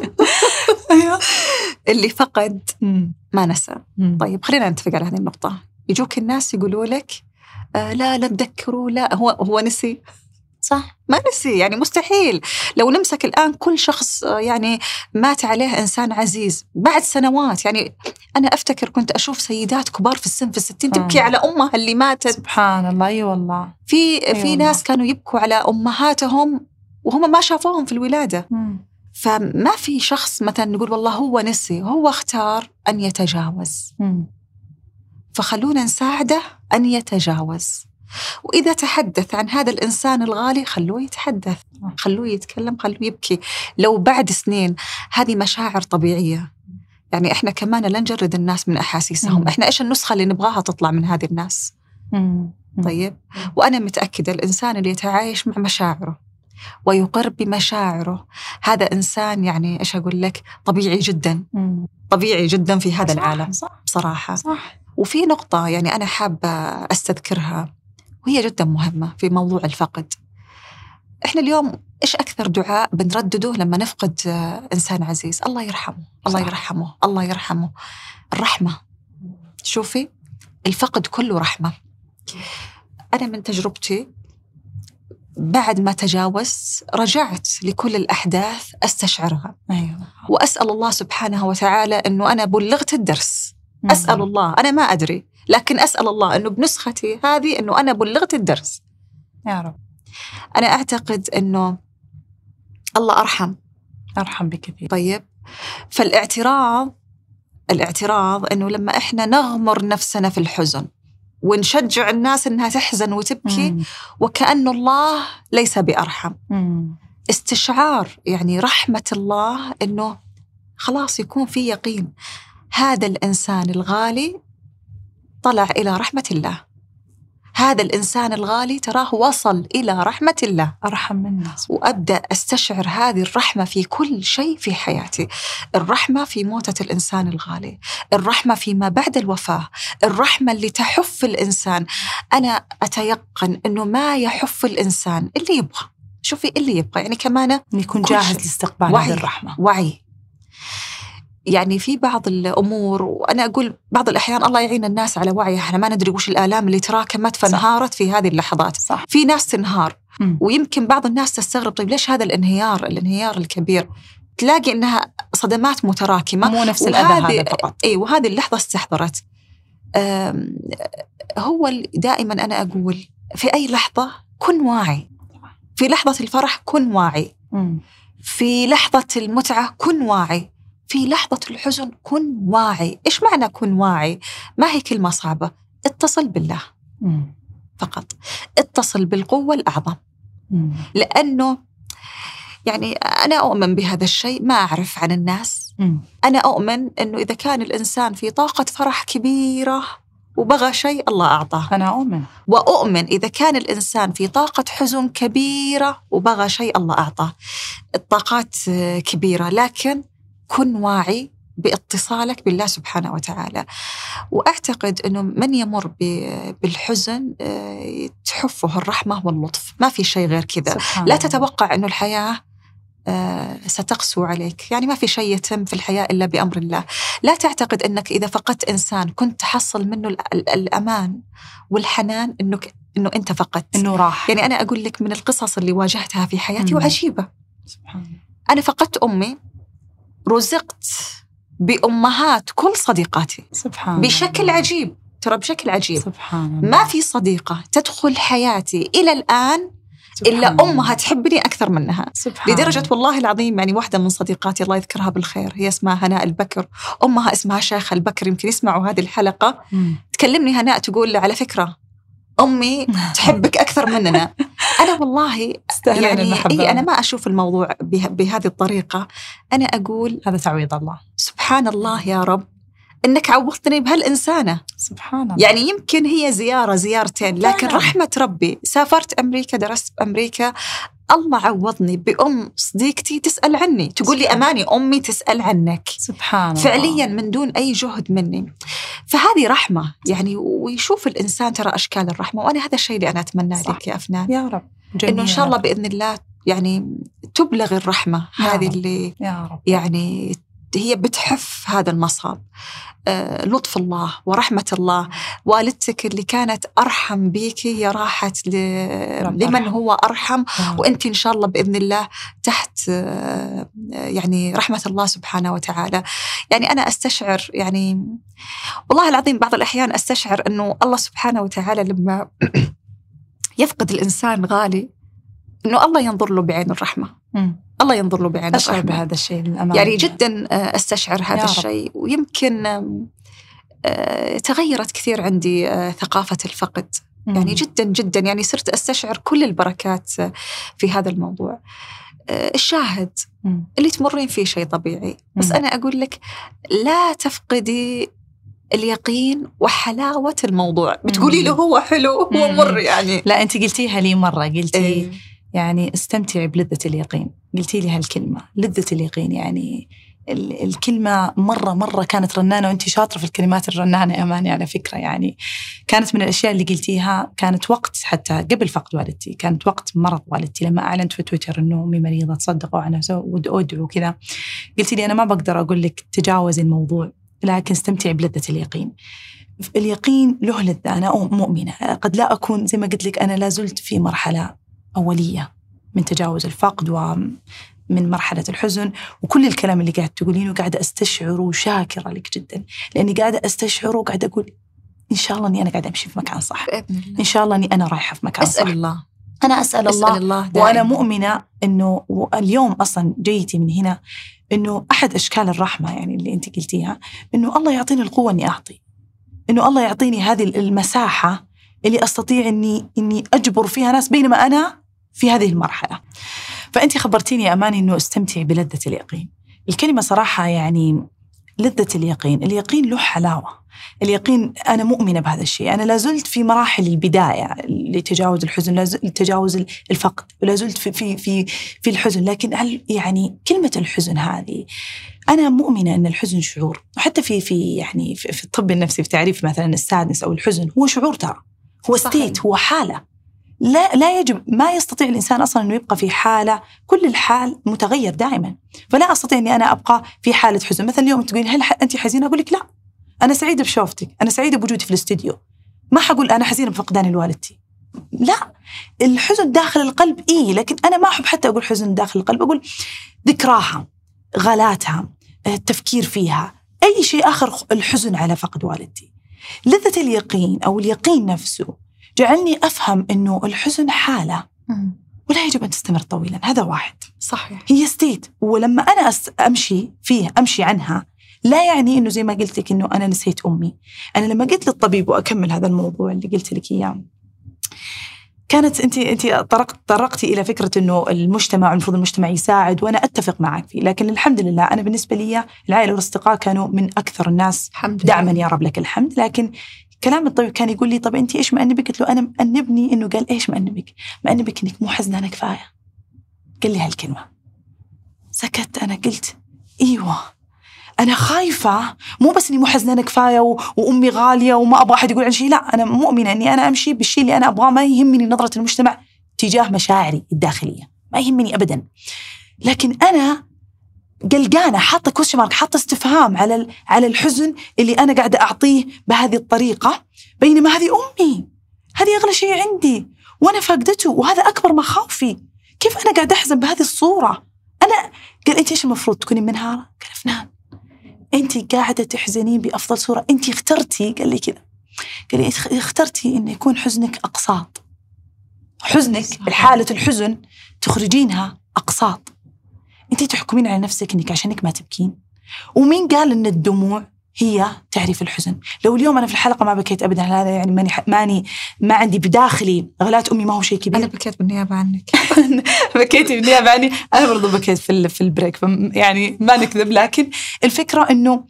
اللي فقد ما نسى. طيب خلينا نتفق على هذه النقطة. يجوك الناس يقولوا لك لا تذكروا، لا هو نسي. صح، ما نسي. يعني مستحيل. لو نمسك الآن كل شخص يعني مات عليه إنسان عزيز بعد سنوات، يعني أنا أفتكر كنت أشوف سيدات كبار في السن في 60 تبكي على أمها اللي ماتت. سبحان الله. أي والله. في ناس كانوا يبكوا على أمهاتهم وهم ما شافوهم في الولادة. فما في شخص مثلا نقول والله هو نسي، هو اختار أن يتجاوز. فخلونا نساعده أن يتجاوز. وإذا تحدث عن هذا الإنسان الغالي خلوه يتحدث، خلوه يتكلم، خلوه يبكي. لو بعد سنين، هذه مشاعر طبيعية. يعني إحنا كمان لا نجرد الناس من أحاسيسهم. إحنا إيش النسخة اللي نبغاها تطلع من هذه الناس؟ طيب، وأنا متأكدة الإنسان اللي يتعايش مع مشاعره ويقر بمشاعره، هذا إنسان يعني إيش أقول لك، طبيعي جدا. طبيعي جدا في هذا العالم بصراحة. صح. وفي نقطة يعني أنا حابة أستذكرها وهي جدا مهمة في موضوع الفقد. إحنا اليوم إيش أكثر دعاء بنردده لما نفقد إنسان عزيز؟ الله يرحمه، الله يرحمه، الله يرحمه. الرحمة. شوفي الفقد كله رحمة. أنا من تجربتي بعد ما تجاوزت رجعت لكل الأحداث أستشعرها. أيوة. وأسأل الله سبحانه وتعالى أنه أنا بلغت الدرس. أسأل الله، أنا ما أدري، لكن أسأل الله أنه بنسختي هذه أنه أنا بلغت الدرس يا رب. أنا أعتقد أنه الله أرحم بكثير. طيب، فالاعتراض أنه لما إحنا نغمر نفسنا في الحزن ونشجع الناس أنها تحزن وتبكي، وكأن الله ليس بأرحم. استشعار يعني رحمة الله، إنه خلاص يكون في يقين هذا الإنسان الغالي طلع إلى رحمة الله، هذا الإنسان الغالي تراه وصل إلى رحمة الله، أرحم من الناس. وأبدأ أستشعر هذه الرحمة في كل شيء في حياتي. الرحمة في موتة الإنسان الغالي، الرحمة فيما بعد الوفاة، الرحمة اللي تحف الإنسان. أنا أتيقن أنه ما يحف الإنسان اللي يبغى، شوفي اللي يبغى يعني كمان يكون جاهز لاستقبال هذه الرحمة. وعي يعني في بعض الأمور، وأنا أقول بعض الأحيان الله يعين الناس على وعي، إحنا ما ندري وش الآلام اللي تراكمت فانهارت في هذه اللحظات. صح. في ناس تنهار ويمكن بعض الناس تستغرب طيب ليش هذا الانهيار الكبير؟ تلاقي إنها صدمات متراكمة، مو نفس الأذى هذا فقط. وهذه اللحظة استحضرت. هو دائما أنا أقول في أي لحظة كن واعي، في لحظة الفرح كن واعي، في لحظة المتعة كن واعي، في لحظة الحزن كن واعي. إيش معنى كن واعي؟ ما هي كلمة صعبة، اتصل بالله فقط، اتصل بالقوة الأعظم. لأنه يعني أنا أؤمن بهذا الشيء، ما أعرف عن الناس. أنا أؤمن أنه إذا كان الإنسان في طاقة فرح كبيرة وبغى شيء الله أعطاه. أنا أؤمن. وأؤمن إذا كان الإنسان في طاقة حزن كبيرة وبغى شيء الله أعطاه. الطاقات كبيرة، لكن كن واعي باتصالك بالله سبحانه وتعالى. وأعتقد أنه من يمر بالحزن تحفه الرحمة واللطف، ما في شيء غير كذا. لا تتوقع أنه الحياة ستقسو عليك، يعني ما في شيء يتم في الحياة إلا بأمر الله. لا تعتقد أنك إذا فقدت إنسان كنت تحصل منه الأمان والحنان أنه أنت فقدت، أنه راح. يعني أنا أقول لك من القصص اللي واجهتها في حياتي وعجيبة. سبحان الله. أنا فقدت أمي، رزقت بأمهات كل صديقاتي. سبحان بشكل الله. عجيب، ترى بشكل عجيب. سبحان الله. ما في صديقة تدخل حياتي إلى الآن إلا أمها تحبني أكثر منها. لدرجة والله العظيم يعني واحدة من صديقاتي الله يذكرها بالخير، هي اسمها هناء البكر، أمها اسمها شيخة البكر، يمكن يسمعوا هذه الحلقة. تكلمني هناء تقول على فكرة أمي تحبك أكثر مننا. أنا والله يعني أنا ما أشوف الموضوع بهذه الطريقة. أنا أقول هذا تعويض الله. سبحان الله يا رب إنك عوضتني بهالإنسانة. سبحان الله. يعني يمكن هي زيارتين، لكن رحمة ربي سافرت أمريكا، درست بأمريكا، الله عوضني بأم صديقتي تسأل عني، تقول لي أماني أمي تسأل عنك. سبحان الله. فعليا من دون أي جهد مني. فهذه رحمة يعني. ويشوف الإنسان ترى أشكال الرحمة، وأنا هذا الشيء اللي أنا أتمنى لك يا أفنان يا رب، إنه إن شاء الله بإذن الله يعني تبلغ الرحمة هذه اللي يا رب. يعني هي بتحف هذا المصاب. لطف الله ورحمة الله. والدتك اللي كانت أرحم بيك هي راحت لمن هو أرحم، وأنت إن شاء الله بإذن الله تحت يعني رحمة الله سبحانه وتعالى. يعني أنا أستشعر يعني والله العظيم بعض الأحيان أستشعر أنه الله سبحانه وتعالى لما يفقد الإنسان غالي أنه الله ينظر له بعين الرحمة. الله ينظر له بعين الرحمة. بهذا الشيء للأمانة. يعني جدا أستشعر هذا الشيء. ويمكن تغيرت كثير عندي ثقافة الفقد. يعني جدا جدا يعني صرت أستشعر كل البركات في هذا الموضوع. الشاهد اللي تمرين فيه شيء طبيعي، بس أنا أقول لك لا تفقدي اليقين وحلاوة الموضوع. بتقولي له هو حلو هو مر يعني. لا أنت قلتيها لي مرة، قلتي يعني استمتعي بلذة اليقين، قلتي لي هالكلمة لذة اليقين. يعني الكلمة مرة كانت رنانة، وأنت شاطرة في الكلمات الرنانة يا أماني على فكرة. يعني كانت من الأشياء اللي قلتيها، كانت وقت حتى قبل فقد والدتي، كانت وقت مرض والدتي لما أعلنت في تويتر أنه أمي مريضة، تصدقوا عنها وأدعو كذا. قلتي لي أنا ما بقدر أقول لك تجاوزي الموضوع، لكن استمتعي بلذة اليقين. اليقين له لذة. أنا مؤمنة قد لا أكون زي ما قلت لك، أنا لا زلت في مرحلة أولية من تجاوز الفقد ومن مرحلة الحزن، وكل الكلام اللي قاعد تقولينه قاعدة أستشعره، وشاكرة لك جدا لأني قاعدة أستشعره، وقاعدة أقول إن شاء الله أني أنا قاعدة أمشي في مكان صح، إن شاء الله أني أنا رايحة في مكان صح. أسأل الله. أنا أسأل الله وأنا مؤمنة أنه اليوم أصلا جيتي من هنا أنه أحد أشكال الرحمة يعني اللي أنت قلتيها، أنه الله يعطيني القوة أني أعطي، أنه الله يعطيني هذه المساحة اللي أستطيع أني أجبر فيها ناس بينما أنا في هذه المرحلة. فأنت خبرتيني يا أماني أنه استمتعي بلذة اليقين. الكلمة صراحة يعني لذة اليقين له حلاوة. اليقين أنا مؤمنة بهذا الشيء. أنا لازلت في مراحل البداية لتجاوز الحزن، لتجاوز الفقد، ولازلت في الحزن. لكن هل يعني كلمة الحزن هذه، أنا مؤمنة أن الحزن شعور. وحتى في الطب النفسي في تعريف مثلا السادنس أو الحزن، هو شعور، ترى هو ستيت، هو حالة. لا يجب، ما يستطيع الإنسان أصلا أنه يبقى في حالة، كل الحال متغير دائما. فلا أستطيع أني أنا أبقى في حالة حزن. مثلا اليوم تقولين هل أنت حزينة؟ أقول لك لا، أنا سعيدة بشوفتك، أنا سعيدة بوجودي في الاستوديو. ما حقول أنا حزينة بفقدان الوالدتي، لا. الحزن داخل القلب لكن أنا ما أحب حتى أقول حزن داخل القلب، أقول ذكراها، غلاتها، التفكير فيها، أي شيء آخر. الحزن على فقد والدتي. لذة اليقين أو اليقين نفسه جعلني أفهم أنه الحزن حالة ولا يجب أن تستمر طويلا. هذا واحد، صحيح، هي ستيت. ولما أنا أمشي عنها، لا يعني أنه زي ما قلت لك أنه أنا نسيت أمي. أنا لما قلت للطبيب، وأكمل هذا الموضوع اللي قلت لك إياه، كانت أنت طرقتي إلى فكرة أنه المجتمع، المفروض المجتمع يساعد، وأنا أتفق معك فيه. لكن الحمد لله أنا بالنسبة لي العائلة والأصدقاء كانوا من أكثر الناس دعما، يا رب لك الحمد. لكن كلام الطبيب كان يقول لي طب أنت إيش مأنبك؟ قلت له أنا مأنبني إنه، قال إيش مأنبك؟ مأنبك إنك مو حزنانة كفاية. قال لي هالكلمة، سكت. أنا قلت إيوه، أنا خايفة، مو بس إني مو حزنانة كفاية وأمي غالية وما أبغى أحد يقول عن شيء، لا، أنا مؤمنة إني أنا أمشي بالشيء اللي أنا أبغاه. ما يهمني نظرة المجتمع تجاه مشاعري الداخلية، ما يهمني أبدا. لكن أنا قلقانة، حاطة كويستشن مارك، حاطة استفهام على الحزن اللي أنا قاعدة أعطيه بهذه الطريقة، بينما هذه أمي، هذه أغلى شيء عندي وأنا فاقدته، وهذا أكبر مخاوفي. كيف أنا قاعدة أحزن بهذه الصورة؟ قال أنت إيش المفروض تكوني منهارة؟ قال فنان، أنت قاعدة تحزنين بأفضل صورة، أنت اخترتي، قال لي كذا، قال لي اخترتي إن يكون حزنك أقساط. حزنك، حالة الحزن تخرجينها أقساط. أنت تحكمين على نفسك إنك عشانك ما تبكين. ومين قال إن الدموع هي تعريف الحزن؟ لو اليوم أنا في الحلقة ما بكيت أبدا، هذا يعني ما عندي بداخلي غلات أمي، ما هو شيء كبير. أنا بكيت بالنيابة عنك. بكيتي بالنيابة عني، أنا برضو بكيت في البريك، يعني ما نكذب. لكن الفكرة إنه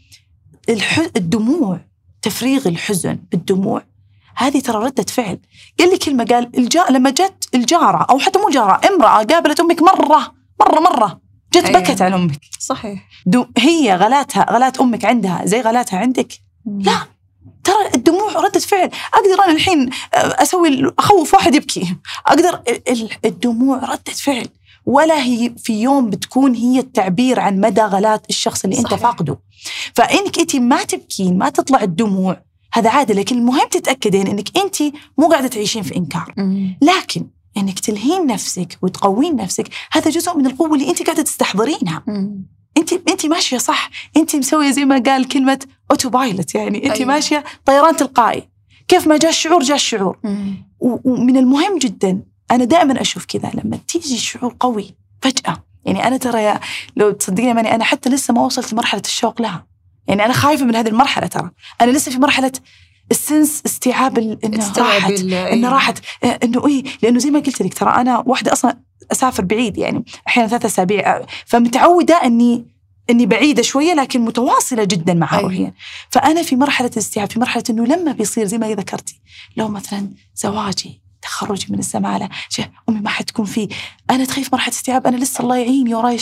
الدموع، تفريغ الحزن بالدموع، هذه ترى ردة فعل. قال لي كلمة، قال لما جت الجارة، أو حتى مو جارة، امرأة قابلت أمك مرة جت بكت على أمك. صحيح. هي غلات أمك عندها زي غلاتها عندك؟ لا، ترى الدموع ردة فعل. أقدر أنا الحين أخوف واحد يبكي، أقدر. الدموع ردة فعل، ولا هي في يوم بتكون هي التعبير عن مدى غلات الشخص اللي أنت فاقده. فإنك أنت ما تبكين، ما تطلع الدموع، هذا عادي. لكن المهم تتأكدين إنك أنت مو قاعدة تعيشين في إنكار، لكن إنك تلهين نفسك وتقوين نفسك، هذا جزء من القوة اللي أنت قاعدة تستحضرينها. أنت ماشية صح، أنت مسوية زي ما قال كلمة أوتوبايلوت، يعني أنت ماشية طيران تلقائي، كيف ما جاء الشعور جاء الشعور. ومن المهم جدا، أنا دائما أشوف كذا، لما تيجي الشعور قوي فجأة، يعني أنا ترى لو تصدقين ماني، أنا حتى لسه ما وصلت لمرحلة الشوق لها، يعني أنا خايفة من هذه المرحلة. ترى أنا لسه في مرحلة السنس، استيعاب إنه راحت إنه لأنه زي ما قلت لك، ترى أنا واحدة أصلا أسافر بعيد، يعني أحيانا 3 أسابيع، فمتعودة إني بعيدة شوية لكن متواصلة جدا مع روحيا. فأنا في مرحلة الاستيعاب، في مرحلة إنه لما بيصير زي ما ذكرتي، لو مثلا زواجي، تخرجي من الزمالة، أمي ما حتكون فيه، أنا تخيف مرحلة استيعاب. أنا لسه الله يعيني وراي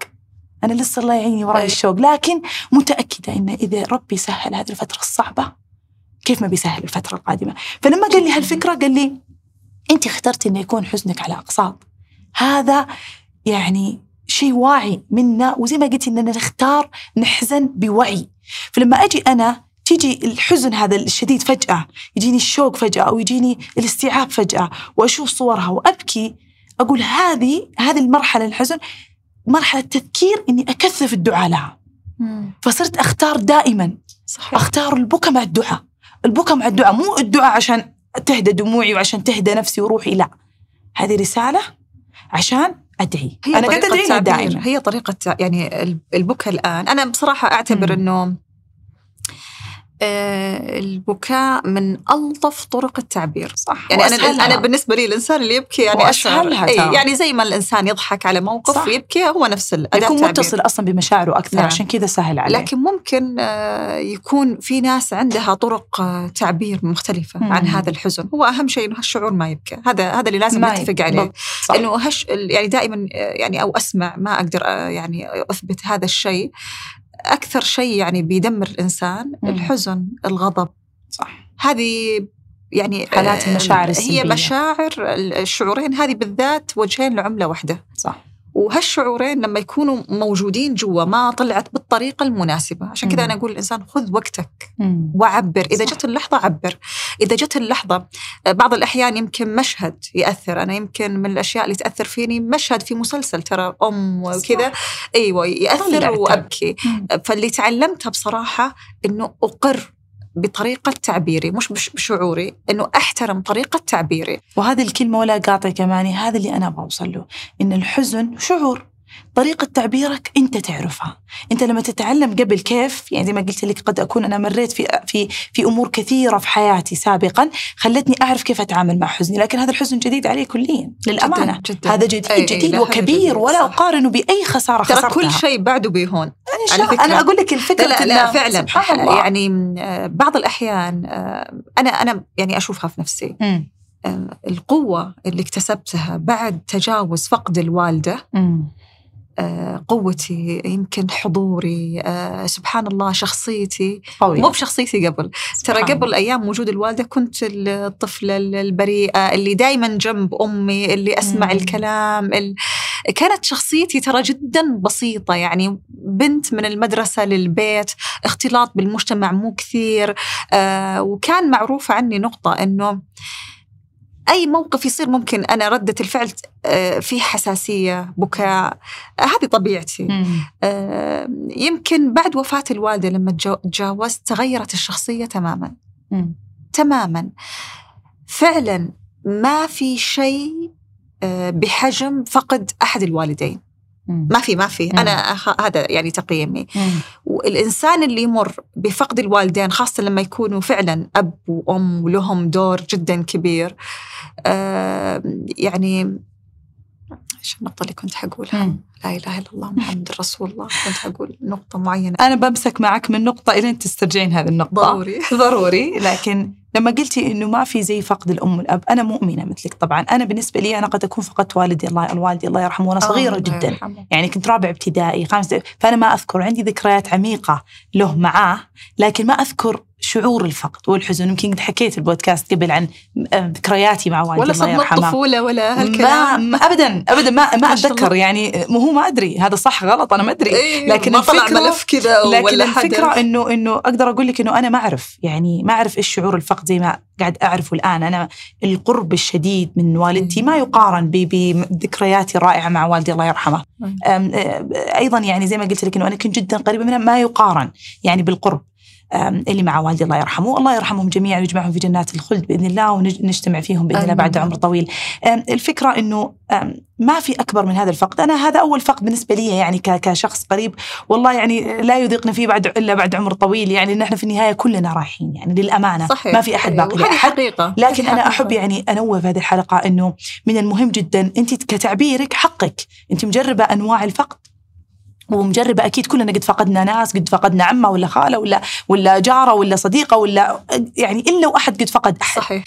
الشوق، لكن متأكدة إن إذا ربي سهل هذه الفترة الصعبة، كيف ما بيسهل الفترة القادمة. فلما قال لي هالفكرة، قال لي أنت اخترتي إنه يكون حزنك على أقساط. هذا يعني شيء واعي منا، وزي ما قلت إننا نختار نحزن بوعي. فلما أجي أنا، تيجي الحزن هذا الشديد فجأة، يجيني الشوق فجأة، أو يجيني الاستيعاب فجأة، وأشوف صورها وأبكي، أقول هذه المرحلة الحزن مرحلة تذكير إني أكثف الدعاء لها. فصرت أختار دائما، أختار البكاء مع الدعاء. مو الدعاء عشان تهدى دموعي وعشان تهدى نفسي وروحي، لا، هذه رسالة عشان أدعي. أنا قاعدة أدعي دائما. هي طريقة، يعني البكاء الآن أنا بصراحة أعتبر إنه البكاء من ألطف طرق التعبير. صح. يعني أنا بالنسبة لي الإنسان اللي يبكي يعني أشعر يعني زي ما الإنسان يضحك على موقف صح. ويبكي، هو نفس الأداة، يكون متصل أصلا بمشاعره أكثر. نعم. عشان كذا سهل عليه. لكن ممكن يكون في ناس عندها طرق تعبير مختلفة عن هذا الحزن. هو أهم شيء إنه هالشعور ما يبكي. هذا اللي لازم نتفق عليه. إنه يعني دائما يعني أو أسمع، ما أقدر يعني أثبت هذا الشيء. أكثر شيء يعني بيدمر الإنسان الحزن، الغضب. صح. هذه يعني حالات المشاعر السلبية. هي مشاعر الشعورين هذه بالذات وجهين لعملة واحدة. صح. وهالشعورين لما يكونوا موجودين جوا ما طلعت بالطريقة المناسبة. عشان كذا أنا أقول الإنسان خذ وقتك وعبر. إذا جت اللحظة عبر. إذا جت اللحظة، بعض الأحيان يمكن مشهد يأثر. أنا يمكن من الأشياء اللي تأثر فيني مشهد في مسلسل ترى وكذا، أيوة يأثر وأبكي. فاللي تعلمتها بصراحة إنه أقر بطريقة تعبيري، مش بشعوري، إنه أحترم طريقة تعبيري. وهذه الكلمة ولا قاطع كماني، هذا اللي أنا بوصل له، إن الحزن شعور، طريقة تعبيرك أنت تعرفها. أنت لما تتعلم قبل كيف، يعني زي ما قلت لك قد أكون أنا مريت في أمور كثيرة في حياتي سابقا خلتني أعرف كيف أتعامل مع حزني، لكن هذا الحزن جديد علي كليا للأمانة. جداً. هذا جديد وكبير ولا أقارنه بأي خسارة خسرتها. ترى كل شيء بعده بيهون. أنا أقول لك الفكرة. لا فعلا يعني بعض الأحيان أنا يعني أشوفها في نفسي. القوة اللي اكتسبتها بعد تجاوز فقد الوالدة، قوتي، يمكن حضوري، سبحان الله، شخصيتي مو بشخصيتي قبل. ترى قبل أيام وجود الوالدة كنت الطفلة البريئة اللي دايما جنب أمي، اللي أسمع الكلام. كانت شخصيتي ترى جدا بسيطة، يعني بنت من المدرسة للبيت، اختلاط بالمجتمع مو كثير. وكان معروف عني نقطة إنه أي موقف يصير ممكن أنا ردة الفعل فيه حساسية، بكاء، هذه طبيعتي. يمكن بعد وفاة الوالدة لما تجاوزت تغيرت الشخصية تماما. تماما فعلا. ما في شيء بحجم فقد أحد الوالدين. ما في أنا هذا يعني تقييمي. والإنسان اللي يمر بفقد الوالدين، خاصة لما يكونوا فعلا أب وأم ولهم دور جدا كبير، يعني إيش النقطة اللي كنت حقولها؟ لا إله إلا الله محمد رسول الله. كنت حقول نقطة معينة. أنا بمسك معك من نقطة إلى أنت تسترجعين هذه النقطة. ضروري. لكن لما قلتي إنه ما في زي فقد الأم والأب، أنا مؤمنة مثلك طبعا. أنا بالنسبة لي أنا قد أكون فقدت والدي الله يرحمه وأنا صغيرة جدا. يعني كنت رابع ابتدائي، خامس، فأنا ما أذكر، عندي ذكريات عميقة له معاه، لكن ما أذكر شعور الفقد والحزن. يمكن قد حكيت البودكاست قبل عن ذكريات مع والدي ولا الله يرحمه، ولا الطفولة ولا هالكلام. أبدا ما أتذكر. يعني ما أدري هذا صح غلط، أنا ما أدري. لكن ما طلع ملف كذا. لكن الفكرة إنه أقدر أقول لك إنه أنا ما أعرف، يعني ما أعرف إيش شعور الفقد زي ما قاعد أعرفه الآن. أنا القرب الشديد من والدتي ما يقارن بذكرياتي الرائعة مع والدي الله يرحمه. أيضا يعني زي ما قلت لك إنه أنا كنت جدا قريبة منها، ما يقارن يعني بالقرب اللي مع والدي الله يرحمه. الله يرحمهم جميعا ويجمعهم في جنات الخلد بإذن الله، ونجتمع فيهم بإذن الله بعد عمر طويل. الفكرة إنه ما في أكبر من هذا الفقد. أنا هذا أول فقد بالنسبة لي، يعني كشخص قريب، والله يعني لا يذيقنا فيه إلا بعد عمر طويل. يعني نحن في النهاية كلنا رايحين، يعني للأمانة صحيح. ما في أحد باقي لأحد. لكن أنا أحب يعني أنوه في هذه الحلقة إنه من المهم جدا أنت كتعبيرك حقك، أنت مجربة أنواع الفقد، ومجربة أكيد كلنا قد فقدنا ناس، قد فقدنا عمة ولا خالة ولا جارة ولا صديقة، ولا يعني إلا واحد قد فقد أحد. صحيح.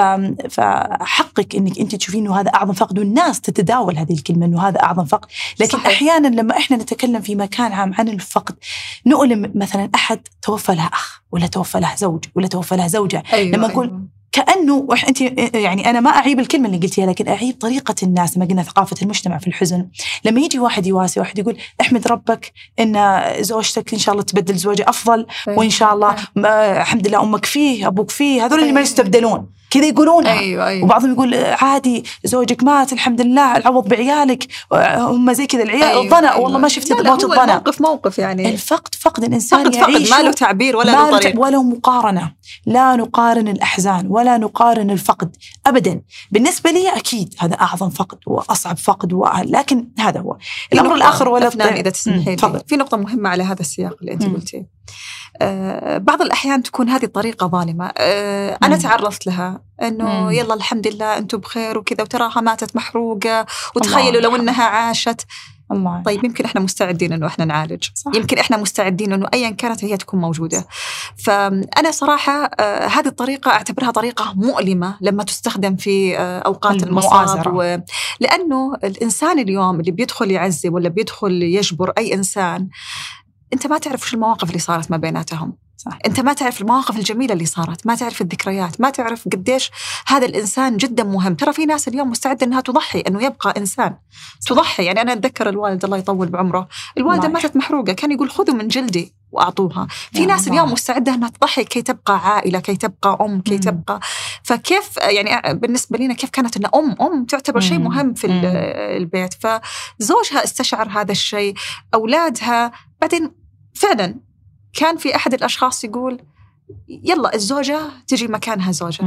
فحقك إنك أنت تشوفين إنه هذا أعظم فقد، والناس تتداول هذه الكلمة إنه هذا أعظم فقد. لكن صحيح. أحيانا لما إحنا نتكلم في مكان عام عن الفقد، نؤلم مثلا أحد توفى له أخ، ولا توفى له زوج، ولا توفى له زوجة. لما نقول كأنه أنت، يعني أنا ما أعيب الكلمة اللي قلتيها، لكن أعيب طريقة الناس. ما قلنا ثقافة المجتمع في الحزن، لما يجي واحد يواسي، واحد يقول احمد ربك إن زوجتك إن شاء الله تبدل زوجة أفضل، وإن شاء الله الحمد لله أمك فيه أبوك فيه، هذول اللي ما يستبدلون كذا يقولونها. أيوة. وبعضهم يقول عادي زوجك مات الحمد لله العوض بعيالك، هم زي كذا العيال الظنا. والله ما شفت موت الظنا. موقف يعني الفقد، فقد الإنسان يعيش ما له تعبير ولا له طريق ولا مقارنة. لا نقارن الأحزان ولا نقارن الفقد أبدا. بالنسبة لي أكيد هذا أعظم فقد وأصعب فقد، لكن هذا هو الأمر الآخر. ولا إذا تسمحين، في نقطة مهمة على هذا السياق اللي أنت قلتيه. بعض الأحيان تكون هذه الطريقة ظالمة. أنا تعرضت لها أنه يلا الحمد لله أنتم بخير وكذا، وتراها ماتت محروقة، وتخيلوا لو أنها عاشت. الله. طيب يمكن إحنا مستعدين أنه إحنا نعالج، صح. يمكن إحنا مستعدين أنه أيا كانت هي تكون موجودة. فأنا صراحة هذه الطريقة أعتبرها طريقة مؤلمة لما تستخدم في أوقات المصاب، لأنه الإنسان اليوم اللي بيدخل يعزي ولا بيدخل يجبر أي إنسان، أنت ما تعرف شو المواقف اللي صارت ما بيناتهم، صح. أنت ما تعرف المواقف الجميلة اللي صارت، ما تعرف الذكريات، ما تعرف قديش هذا الإنسان جدا مهم. ترى في ناس اليوم مستعدة أنها تضحي أنه يبقى إنسان، صح. تضحي. يعني أنا أتذكر الوالد الله يطول بعمره، الوالدة ماتت محروقة، كان يقول خذوا من جلدي وأعطوها. في ناس اليوم مستعدة أنها تضحي كي تبقى عائلة، كي تبقى أم، كي تبقى. فكيف يعني بالنسبة لنا كيف كانت أن أم تعتبر شيء مهم في البيت. فزوجها استشعر هذا الشيء، أولادها. بعدين فعلا كان في أحد الأشخاص يقول يلا الزوجة تجي مكانها زوجة.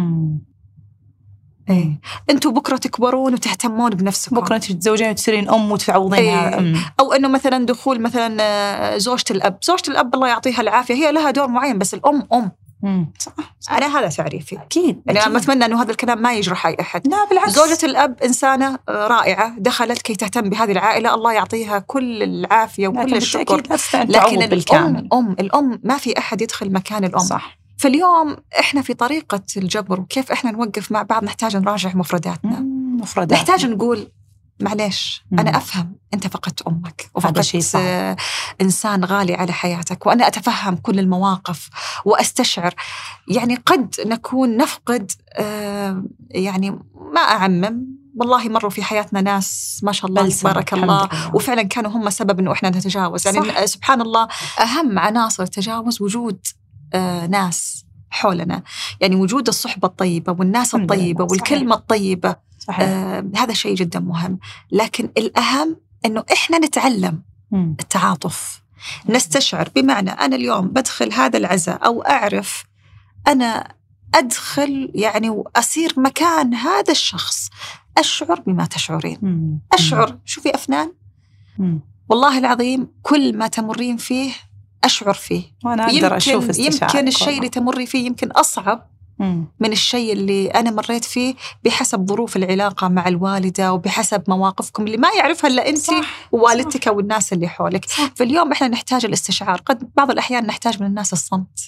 إيه. أنتوا بكرة تكبرون وتهتمون بنفسكم، بكرة أنت تتزوجين وتصيرين أم وتعوضينها. إيه. أو أنه مثلا دخول مثلا زوجة الأب الله يعطيها العافية، هي لها دور معين، بس الأم صح. أنا هذا تعريفي أكيد. يعني أنا أتمنى أنه هذا الكلام ما يجرح أي أحد. لا بالعكس، زوجة الأب إنسانة رائعة دخلت كي تهتم بهذه العائلة، الله يعطيها كل العافية وكل الشكر. لكن الأم ما في أحد يدخل مكان الأم، صح. فاليوم إحنا في طريقة الجبر وكيف إحنا نوقف مع بعض، نحتاج نراجع مفرداتنا. نحتاج نقول معليش أنا أفهم أنت فقدت أمك وفقدت إنسان غالي على حياتك، وأنا أتفهم كل المواقف وأستشعر. يعني قد نكون نفقد يعني ما أعمم، والله مروا في حياتنا ناس ما شاء الله تبارك الله، وفعلا كانوا هم سبب أنه إحنا نتجاوز. يعني سبحان الله، أهم عناصر التجاوز وجود ناس حولنا، يعني وجود الصحبة الطيبة والناس الطيبة والكلمة الطيبة. هذا شيء جدا مهم. لكن الأهم أنه إحنا نتعلم التعاطف، نستشعر. بمعنى أنا اليوم بدخل هذا العزاء أو أعرف أنا أدخل يعني وأصير مكان هذا الشخص، أشعر بما تشعرين. أشعر. شوفي أفنان، والله العظيم كل ما تمرين فيه أشعر فيه، وأنا أقدر أشوف يمكن الشيء اللي تمري فيه يمكن أصعب من الشيء اللي أنا مريت فيه، بحسب ظروف العلاقة مع الوالدة وبحسب مواقفكم اللي ما يعرفها إلا أنت ووالدتك والناس اللي حولك. فاليوم إحنا نحتاج الاستشعار، قد بعض الأحيان نحتاج من الناس الصمت.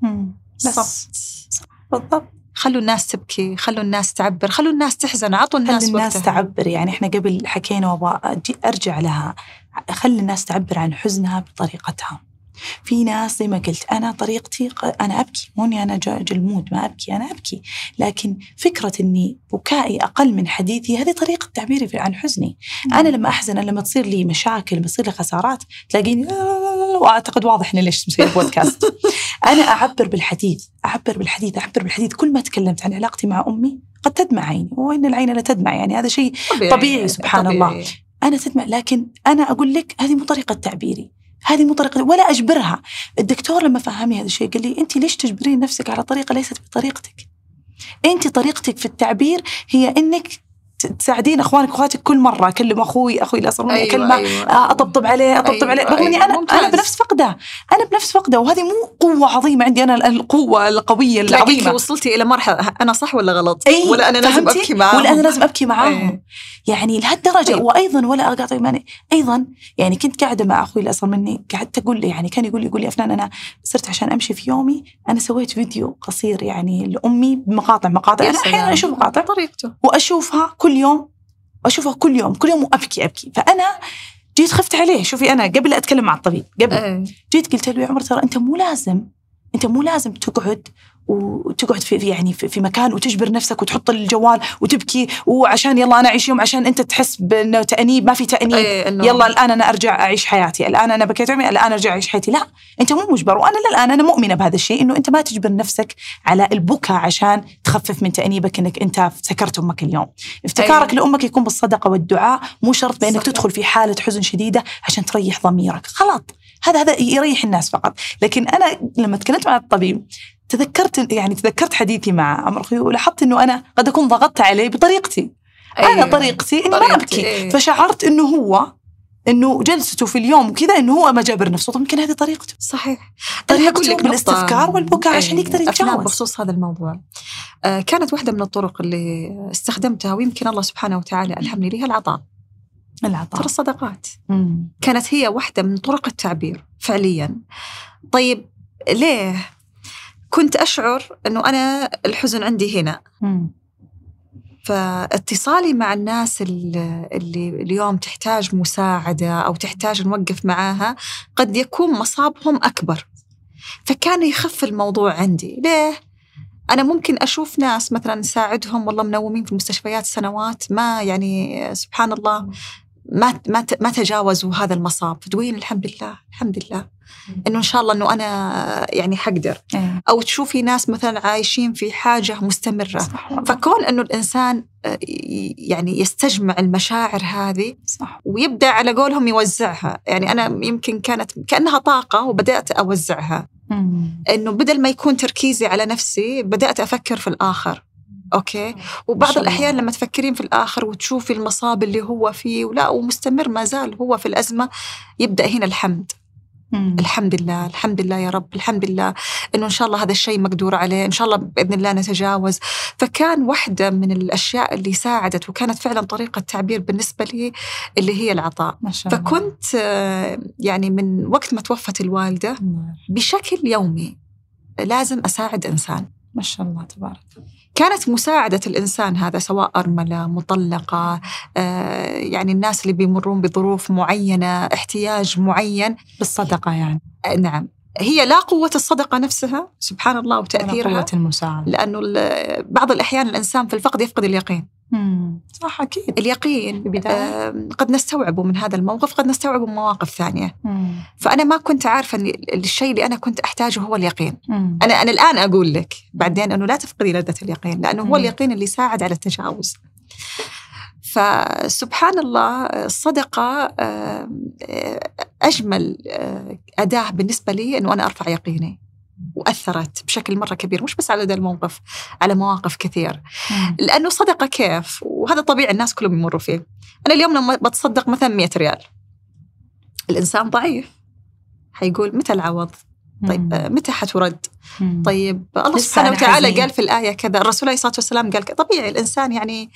بس بالضبط. خلوا الناس تبكي، خلوا الناس تعبر، خلوا الناس تحزن، عطوا الناس تعبر. يعني إحنا قبل حكينا وأبغى أرجع لها، خلي الناس تعبر عن حزنها بطريقتها. في ناس زي ما قلت أنا طريقتي أنا أبكي، موني أنا جلمود ما أبكي، أنا أبكي، لكن فكرة أني بكائي أقل من حديثي هذه طريقة تعبيري عن حزني. أنا لما أحزن، لما تصير لي مشاكل، لما تصير لي خسارات، تلاقيني وأعتقد واضح إني ليش مسوي بودكاست. أنا أعبر بالحديث، أعبر بالحديث. كل ما تكلمت عن علاقتي مع أمي قد تدمع عيني، وإن العين لا تدمع، يعني هذا شيء طبيعي سبحان الله. أنا تدمع، لكن أنا أقول لك هذه مو طريقة تعبيري، هذه مو طريقة، ولا أجبرها. الدكتور لما فهمني هذا الشيء قال لي أنت ليش تجبرين نفسك على طريقة ليست بطريقتك؟ أنت طريقتك في التعبير هي إنك تساعدين أخوانك وأخواتك. كل مرة أكلم أخوي لا صار مني كلمة أطبطب عليه رغم أني أنا بنفس فقدة وهذه مو قوة عظيمة عندي، أنا القوة القوية العظيمة. وصلتي إلى مرحلة أنا صح ولا غلط؟ ولا أنا لازم أبكي معاهم؟ ولا أنا لازم أبكي معاهم؟ يعني لهالدرجة. وأيضا ولا أقاطع ماني أيضا، يعني كنت قاعدة مع أخوي اللي أصغر مني، قعدت أقول لي، يعني كان يقول لي أفنان أنا صرت عشان أمشي في يومي أنا سويت فيديو قصير يعني لأمي بمقاطع أنا أحيانا أشوف مقاطع طريقته وأشوفها كل يوم وأبكي. فأنا جيت خفت عليه. شوفي أنا قبل أتكلم مع الطبيب جيت قلت له يا عمر ترى أنت مو لازم تقعد في مكان وتجبر نفسك وتحط الجوال وتبكي وعشان يلا أنا أعيش يوم عشان أنت تحس بأنه تأنيب. ما في تأنيب. يلا الآن أنا أرجع أعيش حياتي، الآن أنا بكيت عمي، الآن أرجع أعيش حياتي. لا، أنت مو مجبر. وأنا الآن أنا مؤمنة بهذا الشيء، إنه أنت ما تجبر نفسك على البكاء عشان تخفف من تأنيبك إنك أنت سكرت أمك اليوم. افتكارك لأمك يكون بالصدقة والدعاء، مو شرط بأنك تدخل في حالة حزن شديدة عشان تريح ضميرك. خلاص، هذا يريح الناس فقط. لكن أنا لما تكلمت مع الطبيب تذكرت حديثي مع عمر أخوي، ولاحظت إنه أنا قد أكون ضغطت عليه بطريقتي. أنا طريقتي إني ما أبكي. فشعرت إنه هو إنه جلسته في اليوم وكذا إنه هو ما جابر نفسه. طب يمكن هذه طريقته. صحيح. طريقته بالاستذكار والبكاء عشان يقدر يتجاوز. بخصوص هذا الموضوع كانت واحدة من الطرق اللي استخدمتها ويمكن الله سبحانه وتعالى ألهمني لها العطاء. ترى الصدقات كانت هي واحدة من طرق التعبير فعليا. طيب ليه؟ كنت أشعر أنه أنا الحزن عندي هنا. فاتصالي مع الناس اللي اليوم تحتاج مساعدة أو تحتاج نوقف معاها قد يكون مصابهم أكبر، فكان يخف الموضوع عندي. ليه؟ أنا ممكن أشوف ناس مثلا نساعدهم والله منومين في المستشفيات سنوات، ما يعني سبحان الله ما تجاوزوا هذا المصاب، تقولين الحمد لله إنه إن شاء الله إنه أنا يعني حقدر. أو تشوفي ناس مثلا عايشين في حاجة مستمرة. فكون إنه الإنسان يعني يستجمع المشاعر هذه ويبدأ على قولهم يوزعها. يعني أنا يمكن كانت كأنها طاقة وبدأت أوزعها. إنه بدل ما يكون تركيزي على نفسي بدأت أفكر في الآخر. أوكي. وبعض الأحيان لما تفكرين في الآخر وتشوفي المصاب اللي هو فيه ومستمر ما زال هو في الأزمة، يبدأ هنا الحمد. الحمد لله يا رب، الحمد لله إنه إن شاء الله هذا الشيء مقدور عليه، إن شاء الله بإذن الله نتجاوز. فكان واحدة من الأشياء اللي ساعدت وكانت فعلا طريقة تعبير بالنسبة لي اللي هي العطاء. فكنت يعني من وقت ما توفت الوالدة بشكل يومي لازم أساعد إنسان. ما شاء الله تبارك. كانت مساعدة الإنسان هذا سواء أرملة مطلقة، يعني الناس اللي بيمرون بظروف معينة، احتياج معين، بالصدقة يعني. نعم، هي لا قوة الصدقة نفسها سبحان الله وتأثيرها، قوة المساعدة. لأنه بعض الأحيان الإنسان في الفقد يفقد اليقين. صح أكيد. اليقين قد نستوعبه من هذا الموقف، قد نستوعبه من مواقف ثانية. فأنا ما كنت عارفة أن الشيء اللي أنا كنت أحتاجه هو اليقين. أنا الآن أقول لك بعدين أنه لا تفقدي لذة اليقين، لأنه هو اليقين اللي يساعد على التجاوز. فسبحان الله الصدقة أجمل أداة بالنسبة لي أنه أنا أرفع يقيني، وأثرت بشكل مرة كبير مش بس على هذا الموقف، على مواقف كثير. لأنه صدقة كيف، وهذا طبيعي الناس كلهم يمروا فيه. أنا اليوم لما بتصدق مثلا 100 ريال، الإنسان ضعيف حيقول متى العوض؟ طيب متى حترد؟ طيب الله سبحانه وتعالى قال في الآية كذا، الرسول عليه الصلاة والسلام قال طبيعي الإنسان يعني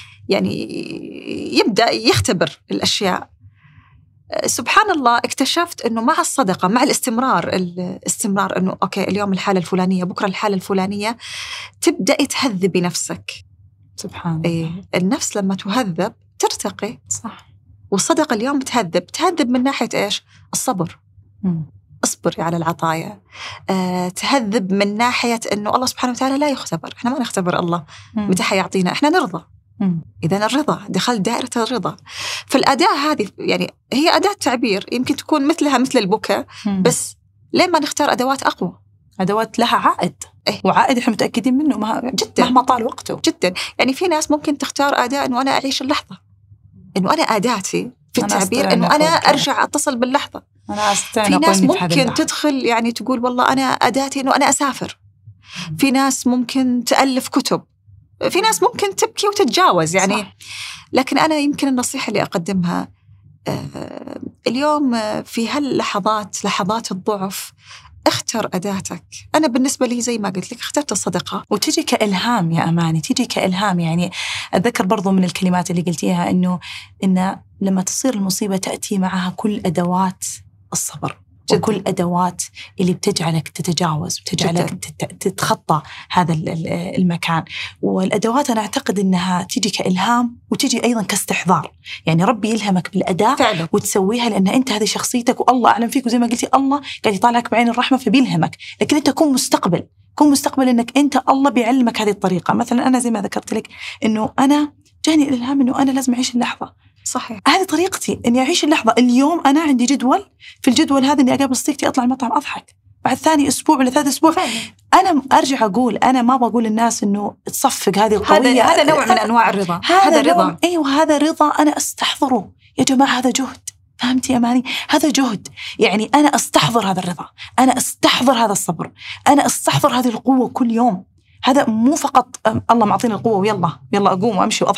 يبدأ يختبر الأشياء. سبحان الله اكتشفت أنه مع الصدقة، مع الاستمرار أنه أوكي اليوم الحالة الفلانية، بكرة الحالة الفلانية، تبدأي تهذبي نفسك. سبحان الله. النفس لما تهذب ترتقي. صح. والصدقة اليوم تهذب من ناحية إيش؟ الصبر. اصبري على العطايا. تهذب من ناحية أنه الله سبحانه وتعالى لا يختبر، إحنا ما نختبر الله متى حيعطينا، إحنا نرضى. إذا الرضا دخل دائرة الرضا. فالأداة هذه يعني هي أداة تعبير، يمكن تكون مثلها مثل البكاء، بس ليه ما نختار أدوات أقوى؟ أدوات لها عائد. وعائد إحنا متأكدين منه جدا مهما طال وقته. جدا. يعني في ناس ممكن تختار أداة إنه أنا أعيش اللحظة، إنه أنا أداتي في التعبير إنه أنا أرجع أتصل باللحظة. في ناس ممكن تدخل يعني تقول والله أنا أداتي إنه أنا أسافر. في ناس ممكن تألف كتب، في ناس ممكن تبكي وتتجاوز يعني. صح. لكن أنا يمكن النصيحة اللي أقدمها اليوم في هاللحظات، لحظات الضعف، اختر أداتك. أنا بالنسبة لي زي ما قلت لك اخترت الصدقة، وتجي كإلهام يا أماني، تجي كإلهام. يعني أتذكر برضو من الكلمات اللي قلتيها إنه لما تصير المصيبة تأتي معها كل أدوات الصبر جداً. وكل أدوات اللي بتجعلك تتجاوز، بتجعلك تتخطى هذا المكان. والأدوات أنا أعتقد أنها تيجي كإلهام وتيجي أيضاً كاستحضار. يعني ربي يلهمك بالأداة فعلا. وتسويها لأن أنت هذه شخصيتك والله أعلم فيك، وزي ما قلتي الله قاعد يطالعك بعين الرحمة فبيلهمك. لكن أنت كن مستقبل أنك أنت الله بيعلمك هذه الطريقة. مثلاً أنا زي ما ذكرت لك أنه أنا جاني الإلهام أنه أنا لازم أعيش اللحظة. صحيح. هذه طريقتي إني أعيش اللحظة. اليوم أنا عندي جدول، في الجدول هذا إني أقابل صديقتي أطلع المطعم أضحك، بعد ثاني أسبوع ولا ثالث أسبوع فعلا. أنا أرجع أقول، أنا ما بقول للناس إنه تصفق هذه القوية. هذا نوع من أنواع الرضا. هذا رضا. أيوة هذا رضا أنا أستحضره يا جماعة. هذا جهد، فهمتي يا أماني؟ هذا جهد. يعني أنا أستحضر هذا الرضا، أنا أستحضر هذا الصبر، أنا أستحضر هذه القوة كل يوم. هذا مو فقط الله معطيني القوة ويلا أقوم وأمشي وأضحك.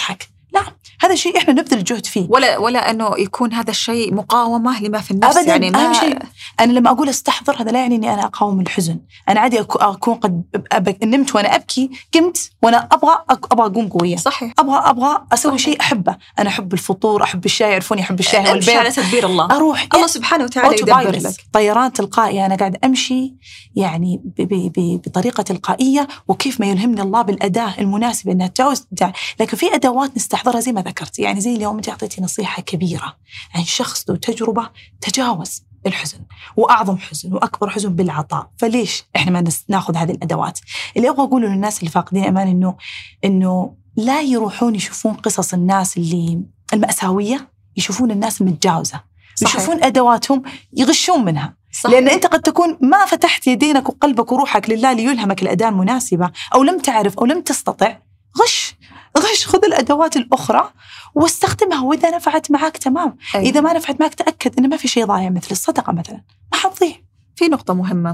لا، هذا شيء إحنا نبذل الجهد فيه، ولا أنه يكون هذا الشيء مقاومة لما في النفس. أبداً. يعني أهم شيء أنا لما أقول استحضر، هذا لا يعني أني أنا أقاوم الحزن. أنا عادي أكون قد نمت وأنا أبكي، قمت وأنا أبغى أقوم قوية. صحيح. أبغى أسوي شيء أحبه. أنا أحب الفطور، أحب الشاي، يعرفوني أحب الشاي والبيض. على تدبير الله. أروح الله سبحانه وتعالى يدبر لك. طيران تلقائي، أنا قاعد أمشي يعني بطريقة تلقائية، وكيف ما يلهمني الله بالأداة المناسبة إنها تجاوز. لكن في أدوات نستحضرها زي ما ذكرت، يعني زي اليوم أنت أعطيتي نصيحة كبيرة عن شخص له تجربة تجاوز الحزن، وأعظم حزن وأكبر حزن بالعطاء. فليش إحنا ما ناخذ هذه الأدوات؟ اللي أبغى أقوله للناس اللي فاقدين أمان إنه لا يروحون يشوفون قصص الناس اللي المأساوية، يشوفون الناس المتجاوزة، يشوفون أدواتهم يغشون منها. صحيح. لأن أنت قد تكون ما فتحت يدينك وقلبك وروحك لله ليلهمك الأداة المناسبة، أو لم تعرف أو لم تستطع. غش، خذ الأدوات الأخرى واستخدمها، وإذا نفعت معك تمام. أيوة. إذا ما نفعت معك تأكد إن ما في شيء ضايع، مثل الصدقة مثلا ما حتضيع. في نقطة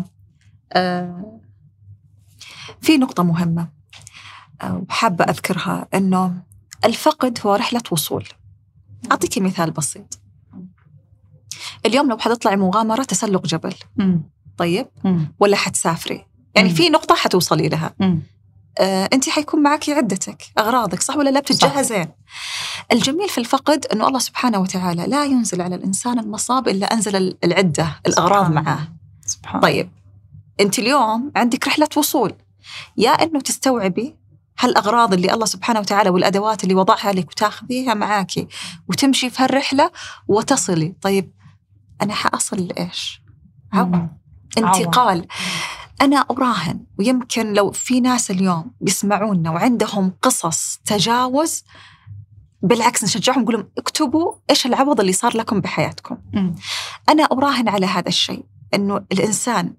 مهمة وحابة أذكرها، إنه الفقد هو رحلة وصول. أعطيكي مثال بسيط. اليوم لو حتطلعي مغامرة تسلق جبل، طيب، ولا حتسافري، يعني في نقطة حتوصلي لها، أنت حيكون معك عدتك أغراضك، صح ولا لا؟ بتتجهزين. الجميل في الفقد أنه الله سبحانه وتعالى لا ينزل على الإنسان المصاب إلا أنزل العدة، الأغراض معاه. طيب، أنت اليوم عندك رحلة وصول، يا أنه تستوعبي هالأغراض اللي الله سبحانه وتعالى والأدوات اللي وضعها لك وتاخذيها معاكي وتمشي في هالرحلة وتصلي. طيب، أنا حأصل لإيش؟ انتقال. أنا أراهن، ويمكن لو في ناس اليوم بيسمعونا وعندهم قصص تجاوز، بالعكس نشجعهم، نقولهم اكتبوا إيش العوض اللي صار لكم بحياتكم. أنا أراهن على هذا الشيء، إنه الإنسان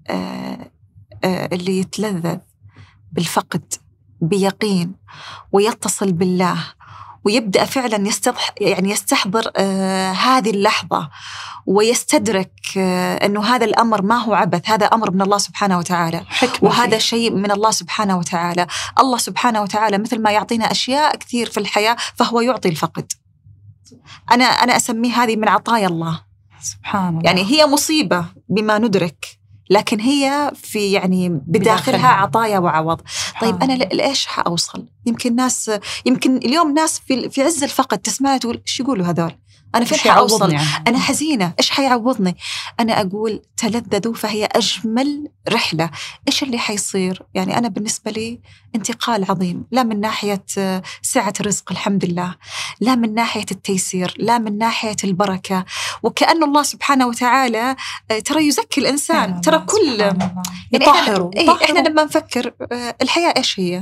اللي يتلذذ بالفقد بيقين ويتصل بالله ويبدأ فعلا يستحضر هذه اللحظة ويستدرك أنه هذا الأمر ما هو عبث، هذا أمر من الله سبحانه وتعالى، وهذا شيء من الله سبحانه وتعالى. الله سبحانه وتعالى مثل ما يعطينا أشياء كثير في الحياة فهو يعطي الفقد. أنا أسميه هذه من عطايا الله سبحان الله. يعني هي مصيبة بما ندرك، لكن هي في يعني بداخلها عطايا وعوض. طيب أنا لإيش حأوصل؟ يمكن اليوم ناس في عز الفقد تسمع تقول إيش يقولوا هذول؟ أنا فين حأوصل؟ يعني. أنا حزينة، إيش حيعوضني؟ أنا أقول تلذذوا، فهي أجمل رحلة. إيش اللي حيصير؟ يعني أنا بالنسبة لي انتقال عظيم، لا من ناحية سعة الرزق الحمد لله، لا من ناحية التيسير، لا من ناحية البركة، وكأن الله سبحانه وتعالى ترى يزكي الإنسان، ترى كل يعني إحنا لما نفكر الحياة إيش هي؟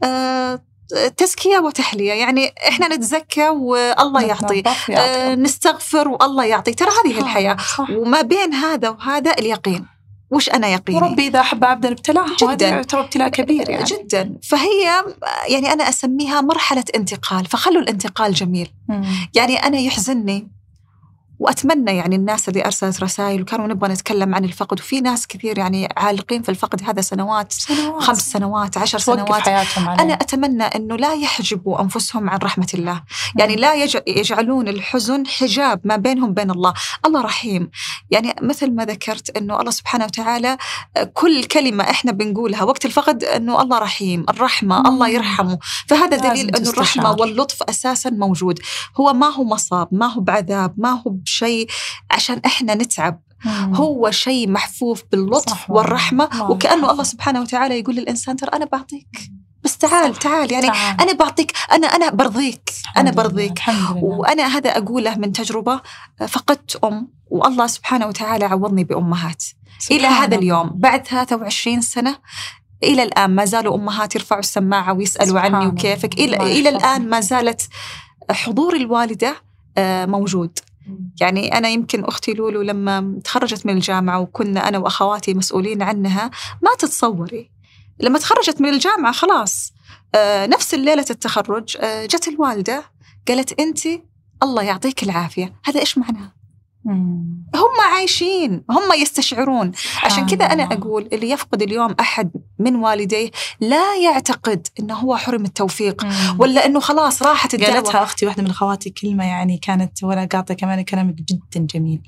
تزكية وتحلية، يعني إحنا نتزكى والله يعطي، نستغفر والله يعطي، ترى هذه الحياة. وما بين هذا وهذا اليقين، وش أنا يقيني؟ وربي إذا أحب عبدا ابتلاه، جدا ترى ابتلاء كبير يعني. جدا. فهي يعني أنا أسميها مرحلة انتقال، فخلوا الانتقال جميل. يعني أنا يحزنني وأتمنى يعني الناس اللي أرسلت رسائل وكانوا نبغى نتكلم عن الفقد، وفي ناس كثير يعني عالقين في الفقد هذا سنوات 5 سنوات 10 سنوات، أنا أتمنى أنه لا يحجبوا أنفسهم عن رحمة الله. يعني لا يجعلون الحزن حجاب ما بينهم بين الله. الله رحيم، يعني مثل ما ذكرت أنه الله سبحانه وتعالى كل كلمة إحنا بنقولها وقت الفقد أنه الله رحيم، الرحمة الله يرحمه. فهذا دليل أنه الرحمة واللطف أساسا موجود. هو ما هو مصاب، ما هو بعذاب، ما هو شيء عشان إحنا نتعب، هو شيء محفوف باللطف والرحمة. وكأنه الله سبحانه وتعالى يقول للإنسان ترى أنا بعطيك، بس تعال يعني تعال. أنا بعطيك، أنا برضيك، أنا برضيك. وأنا هذا أقوله من تجربة، فقدت والله سبحانه وتعالى عوضني بأمهات إلى هذا اليوم بعد 23 سنة. إلى الآن ما زالوا أمهات يرفعوا السماعة ويسألوا عني وكيفك. إلى الآن ما زالت حضور الوالدة موجود. يعني أنا يمكن أختي لولو لما تخرجت من الجامعة وكنا أنا وأخواتي مسؤولين عنها، ما تتصوري لما تخرجت من الجامعة خلاص نفس الليلة التخرج جت الوالدة قالت أنت الله يعطيك العافية. هذا إيش معناه؟ هم عايشين، هم يستشعرون. عشان كذا أنا أقول اللي يفقد اليوم أحد من والديه لا يعتقد إنه هو حرم التوفيق ولا إنه خلاص راحت الدعوة. قالتها أختي واحدة من أخواتي كلمة يعني كانت، ولا قاطع كمان كلامك جدا جميل.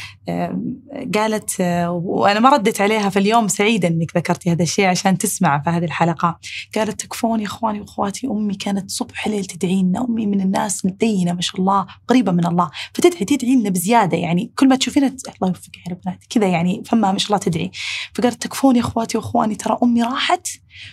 قالت وأنا ما ردت عليها، في اليوم سعيدة إنك ذكرتي هذا الشيء عشان تسمع في هذه الحلقة. قالت تكفوني إخواني وأخواتي، أمي كانت صبح ليل تدعي لنا، أمي من الناس مدينة ما شاء الله قريبة من الله، فتدعي لنا بزيادة، يعني كل ما تشوفينها الله يوفقك يا رب كذا، يعني فما ما شاء الله تدعي. فقالت تكفوني إخواتي وأخواني، ترى أمي راحت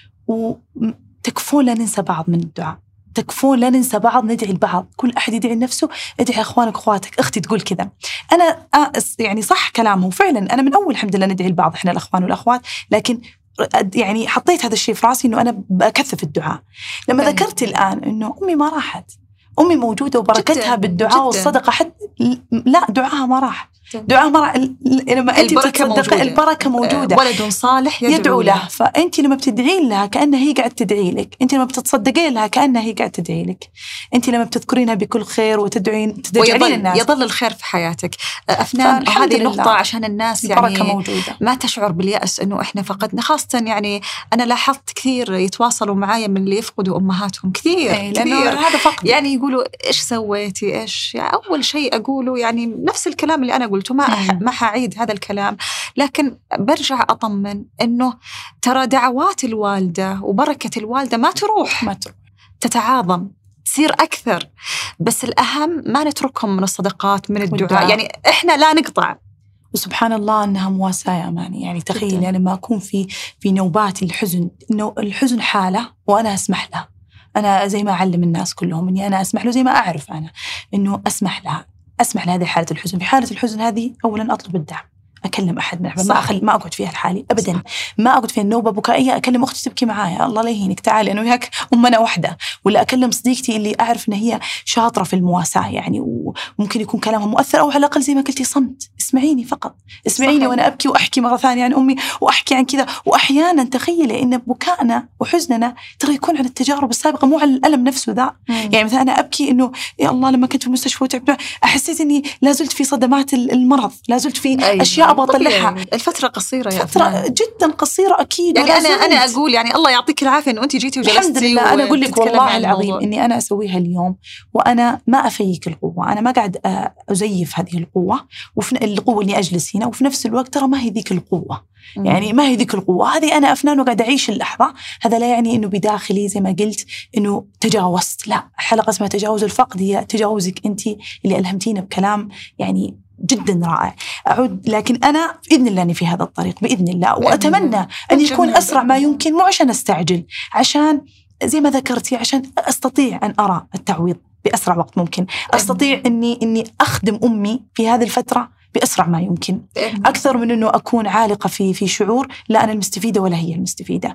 وتكفون لا ننسى بعض من الدعاء، تكفون لا ننسى بعض، ندعي لبعض، كل أحد يدعي لنفسه، ادعي أخوانك أخواتك. أختي تقول كذا. أنا يعني صح كلامه فعلا، أنا من أول الحمد لله ندعي لبعض إحنا الأخوان والأخوات، لكن يعني حطيت هذا الشيء في راسي إنه أنا بكثف الدعاء. لما ذكرت الآن إنه أمي ما راحت، أمي موجودة وبركتها بالدعاء والصدقة، حد لا دعاها ما راح، دعاء مرة لما أنت تصدق البركة موجودة، ولد صالح يدعو له. فأنت لما بتدعين لها كأنها هي قاعد تدعي لك، أنت لما بتتصدقين لها كأنها هي قاعد تدعي لك، أنت لما بتذكرينها بكل خير وتدعين الناس، يظل الخير في حياتك. أفنان هذه نقطة عشان الناس يعني موجودة. ما تشعر باليأس إنه إحنا فقدنا، خاصة يعني أنا لاحظت كثير يتواصلوا معايا من اللي يفقدوا أمهاتهم كثير هذا فقد، يعني يقولوا إيش سويتي إيش، يعني أول شيء أقوله يعني نفس الكلام اللي أنا قلته، ما حعيد هذا الكلام، لكن برجع أطمن إنه ترى دعوات الوالدة وبركة الوالدة ما تروح، تتعاظم، تصير أكثر. بس الأهم ما نتركهم من الصدقات، من الدعاء، يعني إحنا لا نقطع. وسبحان الله أنها مواساة يا أماني. يعني تخيل يعني لما أكون في نوبات الحزن، إنه الحزن حالة وأنا أسمح لها، أنا زي ما أعلم الناس كلهم إني أنا أسمح له، زي ما أعرف أنا إنه أسمح لهذه حالة الحزن. في حالة الحزن هذه أولا أطلب الدعم، أكلم أحد من أحبابي، ما أقعد فيها لحالي أبدا، ما أقعد فيها النوبة بكائية، أكلم أختي تبكي معايا الله لا يهينك تعالي أنا وياك أمنا واحدة، ولا أكلم صديقتي اللي أعرف إن هي شاطرة في المواساة يعني وممكن يكون كلامها مؤثر، أو على الأقل زي ما قلتي صمت، اسمعيني فقط، اسمعيني صحيح. وأنا أبكي وأحكي مرة ثانية عن أمي وأحكي عن كذا. وأحيانا تخيلي إن بكائنا وحزننا ترى يكون عن التجارب السابقة، مو عن الألم نفسه ذا. يعني مثلا أنا أبكي إنه يا الله لما كنت في المستشفى وتعبت، أحسيت إني لازلت في صدمات المرض، لازلت في أشياء أبطلها. الفترة قصيرة يا فترة أفنان. جدا قصيرة أكيد. يعني أنا أقول يعني الله يعطيك العافية إنه أنت جيتي وجلستي. الحمد لله. أنا أقول لك والله العظيم إني أنا أسويها اليوم وأنا ما أفيك القوة، أنا ما قاعد أزيف هذه القوة، وفي القوة اللي أجلس هنا، وفي نفس الوقت ترى ما هي ذيك القوة، يعني ما هي ذيك القوة هذه. أنا أفنان وقاعد أعيش اللحظة. هذا لا يعني إنه بداخلي زي ما قلت إنه تجاوزت، لا. حلقة اسمها تجاوز الفقد هي تجاوزك أنت اللي ألهمتينا بكلام يعني جدا رائع. أعود، لكن أنا بإذن الله أني في هذا الطريق بإذن الله، وأتمنى أن يكون أسرع ما يمكن، مو عشان أستعجل، عشان زي ما ذكرتي عشان أستطيع أن أرى التعويض بأسرع وقت ممكن، أستطيع إني أخدم أمي في هذه الفترة بأسرع ما يمكن، أكثر من أنه أكون عالقة في شعور لا أنا المستفيدة ولا هي المستفيدة.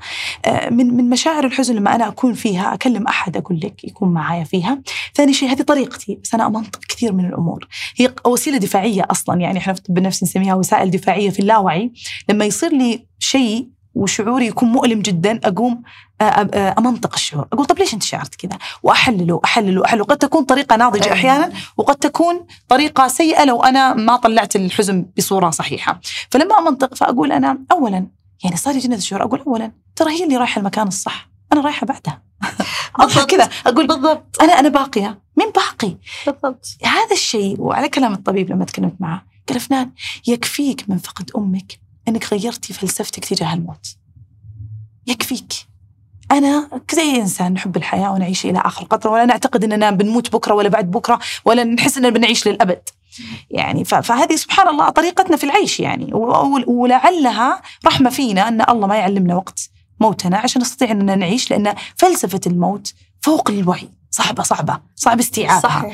من مشاعر الحزن لما أنا أكون فيها أكلم أحد أقول لك يكون معايا فيها. ثاني شيء هذه طريقتي، بس أنا أمنطق كثير من الأمور، هي وسيلة دفاعية أصلا، يعني إحنا في طب النفس نسميها وسائل دفاعية في اللاوعي. لما يصير لي شيء وشعوري يكون مؤلم جدا أقوم أمنطق الشعور، أقول طب ليش أنت شعرت كذا، وأحلله. قد تكون طريقة ناضجة أحيانا، وقد تكون طريقة سيئة لو أنا ما طلعت الحزن بصورة صحيحة. فلما أمنطق فأقول أنا أولا يعني صار يجيني الشعور، أقول أولا ترى هي اللي رايحة المكان الصح، أنا رايحة بعدها. أضحك كذا أقول بالضبط أنا باقية، مين باقي بالضبط. هذا الشيء. وعلى كلام الطبيب لما تكلمت معه قال فنان يكفيك من فقد أمك أنك غيرتي فلسفتك تجاه الموت، يكفيك. أنا زي إنسان نحب الحياة ونعيش إلى آخر قطرة، ولا نعتقد أننا بنموت بكرة ولا بعد بكرة، ولا نحس أننا بنعيش للأبد يعني. فهذه سبحان الله طريقتنا في العيش يعني، ولعلها رحمة فينا أن الله ما يعلمنا وقت موتنا عشان نستطيع أننا نعيش، لأن فلسفة الموت فوق الوعي، صعب استيعابها.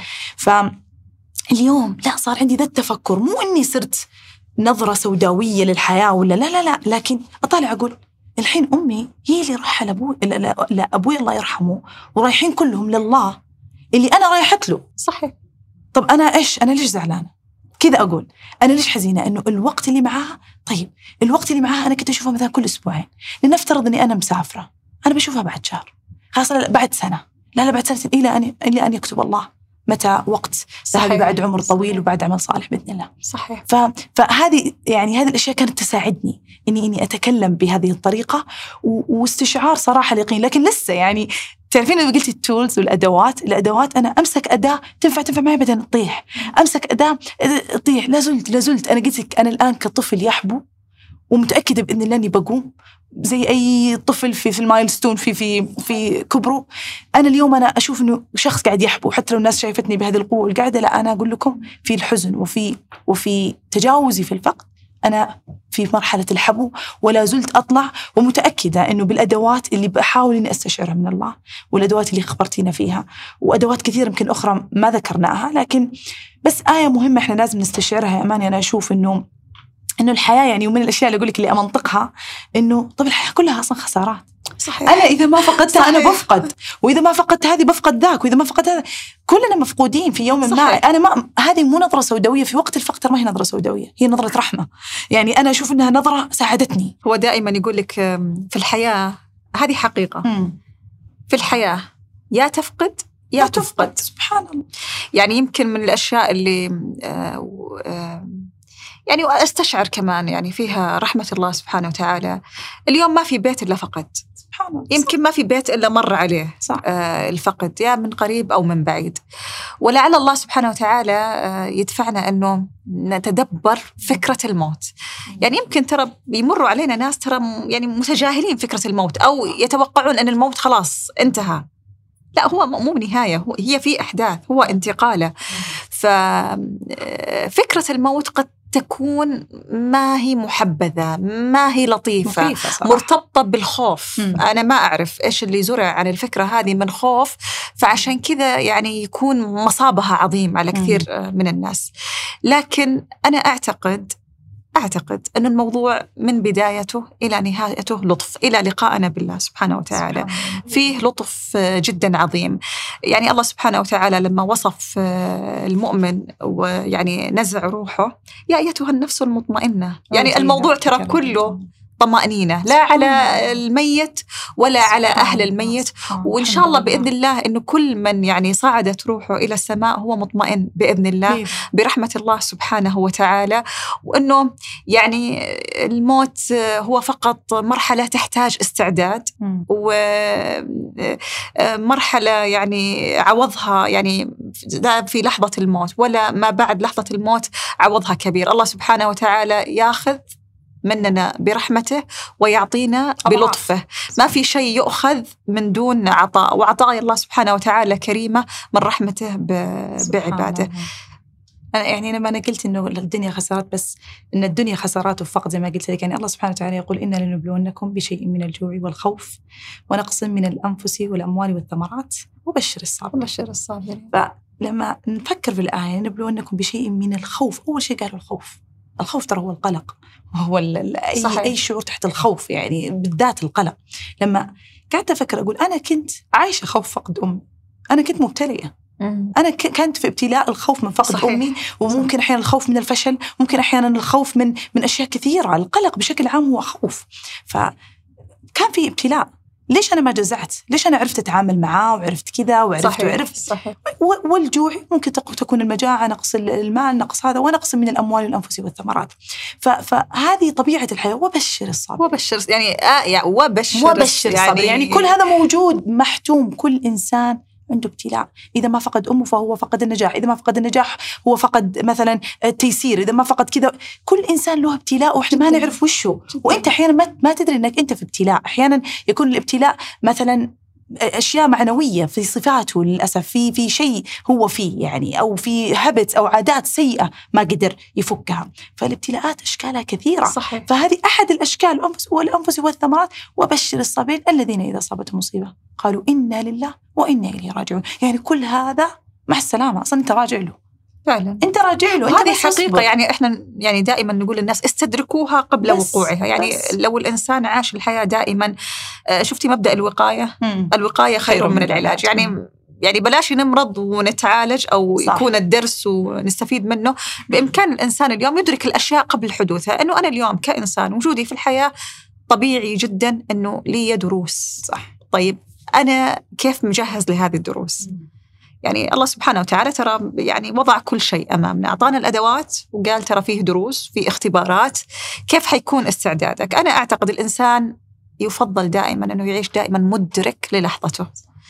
فاليوم لا صار عندي ذا التفكر، مو أني صرت نظرة سوداوية للحياة ولا لا، لكن أطالع أقول الحين أمي هي اللي رايحة لأبوي الله يرحمه، ورايحين كلهم لله اللي أنا رايحت له. صحيح. طب أنا ليش زعلانة كذا؟ أقول أنا ليش حزينة إنه الوقت اللي معاها، طيب الوقت اللي معاها أنا كنت أشوفها مثلا كل أسبوعين، لنفترض إني أنا مسافرة، أنا بشوفها بعد شهر، خلاص بعد سنة، لا بعد سنة، إلى أن يكتب الله متى وقت ذهبي بعد عمر طويل وبعد عمل صالح بإذن الله. صحيح. فهذه يعني هذه الأشياء كانت تساعدني إني أتكلم بهذه الطريقة واستشعار صراحة اليقين. لكن لسه يعني تعرفين لما قلت التولز والأدوات أنا أمسك أداة تنفع معي بعدين تطيح، أمسك أداة تطيح، لازلت أنا قلت لك أنا الآن كطفل يحبو ومتأكدة بإذن الله إني بقوم زي أي طفل في المايلستون في كبره. أنا اليوم أنا أشوف إنه شخص قاعد يحبو حتى لو الناس شايفتني بهذه القوة القاعدة، لا أنا أقول لكم في الحزن وفي تجاوزي في الفقد أنا في مرحلة الحبو ولا زلت أطلع، ومتأكدة إنه بالأدوات اللي بحاول إني أستشعرها من الله والأدوات اللي خبرتينا فيها وأدوات كثيرة يمكن أخرى ما ذكرناها، لكن بس آية مهمة إحنا لازم نستشعرها يا أماني. أنا أشوف إنه الحياة يعني ومن الأشياء اللي أقولك اللي أمنطقها إنه طب الحياة كلها أصلا خسارات. صحيح. أنا إذا ما فقدتها أنا بفقد، وإذا ما فقدت هذه بفقد ذاك، وإذا ما فقدت هذا كلنا مفقودين في يوم ما. أنا ما هذه مو نظرة سوداوية في وقت الفقد، ما هي نظرة سوداوية، هي نظرة رحمة. يعني أنا أشوف إنها نظرة ساعدتني. هو دائما يقول لك في الحياة هذه حقيقة في الحياة يا تفقد يا تفقد. سبحان الله. يعني يمكن من الأشياء اللي يعني وأستشعر كمان يعني فيها رحمة الله سبحانه وتعالى. اليوم ما في بيت إلا فقد، سبحان الله. يمكن ما في بيت إلا مر عليه الفقد، يا من قريب أو من بعيد. ولعل الله سبحانه وتعالى يدفعنا أنه نتدبر فكرة الموت. يعني يمكن ترى بيمروا علينا ناس ترى يعني متجاهلين فكرة الموت أو يتوقعون أن الموت خلاص انتهى. لا، هو مو نهاية، هي في أحداث، هو انتقالة. ففكرة الموت قد تكون ما هي محبذة، ما هي لطيفة، مرتبطة بالخوف. أنا ما أعرف إيش اللي زرع عن الفكرة هذه من خوف، فعشان كذا يعني يكون مصابها عظيم على كثير من الناس. لكن أنا أعتقد أن الموضوع من بدايته إلى نهايته لطف، إلى لقائنا بالله سبحانه وتعالى فيه لطف جدا عظيم. يعني الله سبحانه وتعالى لما وصف المؤمن ويعني نزع روحه، يا أيتها النفس المطمئنة، يعني الموضوع ترى كله طمأنينة، لا على الميت ولا على أهل الميت. وإن شاء الله بإذن الله إنه كل من يعني صعدت روحه إلى السماء هو مطمئن بإذن الله برحمة الله سبحانه وتعالى، وإنه يعني الموت هو فقط مرحلة تحتاج استعداد، ومرحلة يعني عوضها يعني لا في لحظة الموت ولا ما بعد لحظة الموت عوضها كبير. الله سبحانه وتعالى ياخذ مننا برحمته ويعطينا بلطفه، ما في شيء يؤخذ من دون عطاء، وعطاء الله سبحانه وتعالى كريمة من رحمته بعباده. يعني لما أنا قلت إنه الدنيا خسارات، بس إن الدنيا خسارات وفقد زي ما قلت لك، يعني الله سبحانه وتعالى يقول إنا لنبلونكم بشيء من الجوع والخوف ونقص من الأنفس والأموال والثمرات وبشر الصابرين. فلما نفكر في الآية نبلونكم بشيء من الخوف، أول شيء قالوا الخوف ترى هو القلق، وهو أي شعور تحت الخوف، يعني بالذات القلق. لما قعدت أفكر أقول أنا كنت عايشة خوف فقد أمي، أنا كنت مبتلية، أنا كنت في ابتلاء الخوف من فقد أمي، وممكن أحيانا الخوف من الفشل، ممكن أحيانا الخوف من أشياء كثيرة. القلق بشكل عام هو خوف، فكان في ابتلاء. ليش أنا ما جزعت؟ ليش أنا عرفت أتعامل معاه وعرفت كذا وعرفت صحيح. والجوع ممكن تكون المجاعة، نقص المال، نقص هذا، ونقص من الأموال والأنفس والثمرات. فهذه طبيعة الحياة. وبشر الصابر، وبشر الصابر، يعني كل هذا موجود محتوم. كل إنسان عنده ابتلاء. إذا ما فقد أمه فهو فقد النجاح، إذا ما فقد النجاح هو فقد مثلا التيسير، إذا ما فقد كذا. كل إنسان له ابتلاء وإحنا ما نعرف وشه، وإنت أحيانا ما تدري أنك أنت في ابتلاء. أحيانا يكون الابتلاء مثلا أشياء معنوية في صفاته للأسف، في شيء هو فيه يعني، أو في هبت أو عادات سيئة ما قدر يفكها. فالابتلاءات أشكالها كثيرة. صحيح. فهذه أحد الأشكال، الأنفس والثمرات. وبشر الصابرين الذين إذا أصابتهم مصيبة قالوا إنا لله وإنا إليه راجعون. يعني كل هذا مع السلامة، أصلا أنت راجع له فعلا، أنت راجع له. هذه حقيقة. يعني إحنا يعني دائما نقول للناس استدركوها قبل وقوعها. يعني لو الإنسان عاش الحياة دائما، شفتي مبدأ الوقاية خير من العلاج. يعني بلاش نمرض ونتعالج أو صح. يكون الدرس ونستفيد منه. بإمكان الإنسان اليوم يدرك الأشياء قبل حدوثها، إنه أنا اليوم كإنسان وجودي في الحياة طبيعي جدا إنه لي دروس. صح. طيب أنا كيف مجهز لهذه الدروس؟ يعني الله سبحانه وتعالى ترى يعني وضع كل شيء أمامنا، أعطانا الأدوات وقال ترى فيه دروس، فيه اختبارات، كيف حيكون استعدادك؟ أنا أعتقد الإنسان يفضل دائما أنه يعيش دائما مدرك للحظته،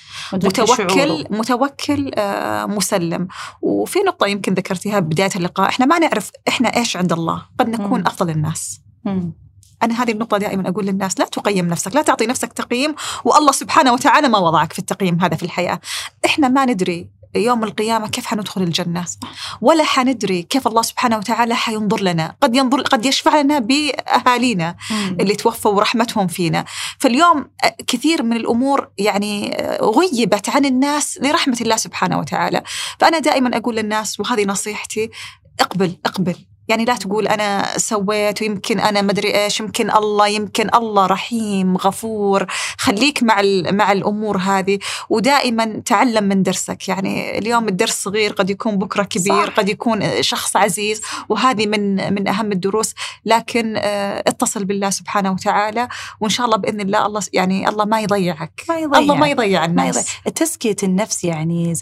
متوكل مسلم. وفي نقطة يمكن ذكرتها بداية اللقاء، إحنا ما نعرف إحنا إيش عند الله، قد نكون أفضل الناس. أنا هذه النقطة دائما أقول للناس، لا تقيم نفسك، لا تعطي نفسك تقييم، والله سبحانه وتعالى ما وضعك في التقييم هذا في الحياة. إحنا ما ندري يوم القيامة كيف حندخل الجنة، ولا حندري كيف الله سبحانه وتعالى حينظر لنا، قد يشفع لنا بأهالينا اللي توفوا ورحمتهم فينا. فاليوم كثير من الأمور يعني غيبت عن الناس لرحمة الله سبحانه وتعالى. فأنا دائما أقول للناس، وهذه نصيحتي، اقبل. يعني لا تقول أنا سويت ويمكن أنا مدري إيش، يمكن الله رحيم غفور. خليك مع الأمور هذه، ودائما تعلم من درسك. يعني اليوم الدرس صغير، قد يكون بكرة كبير، صح. قد يكون شخص عزيز، وهذه من أهم الدروس. لكن اتصل بالله سبحانه وتعالى، وإن شاء الله بإذن الله الله ما يضيعك. الله ما يضيع الناس. تزكية النفس يعني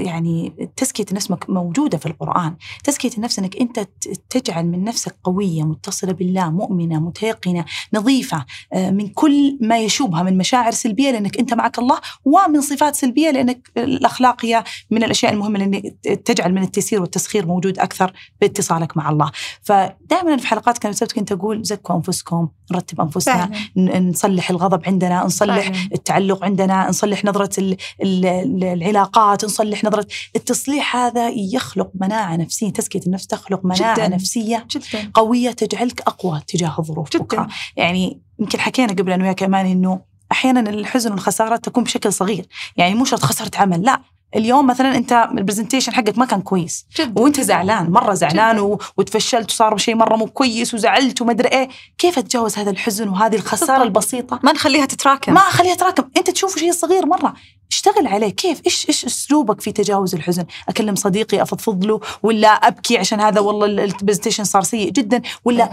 تزكية النفس موجودة في القرآن. تزكية النفس أنك أنت تجعل من نفسك قوية، متصلة بالله، مؤمنة، متيقنة، نظيفة من كل ما يشوبها من مشاعر سلبية، لأنك أنت معك الله، ومن صفات سلبية، لأنك الأخلاق هي من الأشياء المهمة لأنك تجعل من التيسير والتسخير موجود أكثر باتصالك مع الله. فدائما في حلقات كنت أقول زكوا أنفسكم، نرتب أنفسنا، نصلح الغضب عندنا، نصلح التعلق عندنا، نصلح نظرة العلاقات، نصلح نظرة التصليح. هذا يخلق مناعة نفسية. تزكية النفس تخلق مناعة نفسية جداً قوية تجعلك أقوى تجاه الظروف بكرة. يعني يمكن حكينا قبل أنه يا كمان إنه أحياناً الحزن والخسارة تكون بشكل صغير. يعني مو شرط خسرت عمل، لا، اليوم مثلا أنت البرزنتيشن حقك ما كان كويس جداً، وأنت زعلان مرة زعلان وتفشلت وصار شيء مرة مو كويس وزعلت وما أدري إيه. كيف تتجاوز هذا الحزن وهذه الخسارة البسيطة؟ ما نخليها تتراكم، أنت تشوفه شيء صغير مرة، اشتغل عليه. كيف إيش أسلوبك في تجاوز الحزن؟ أكلم صديقي أفضفض له، ولا أبكي عشان هذا والله البرزنتيشن صار سيء جدا، ولا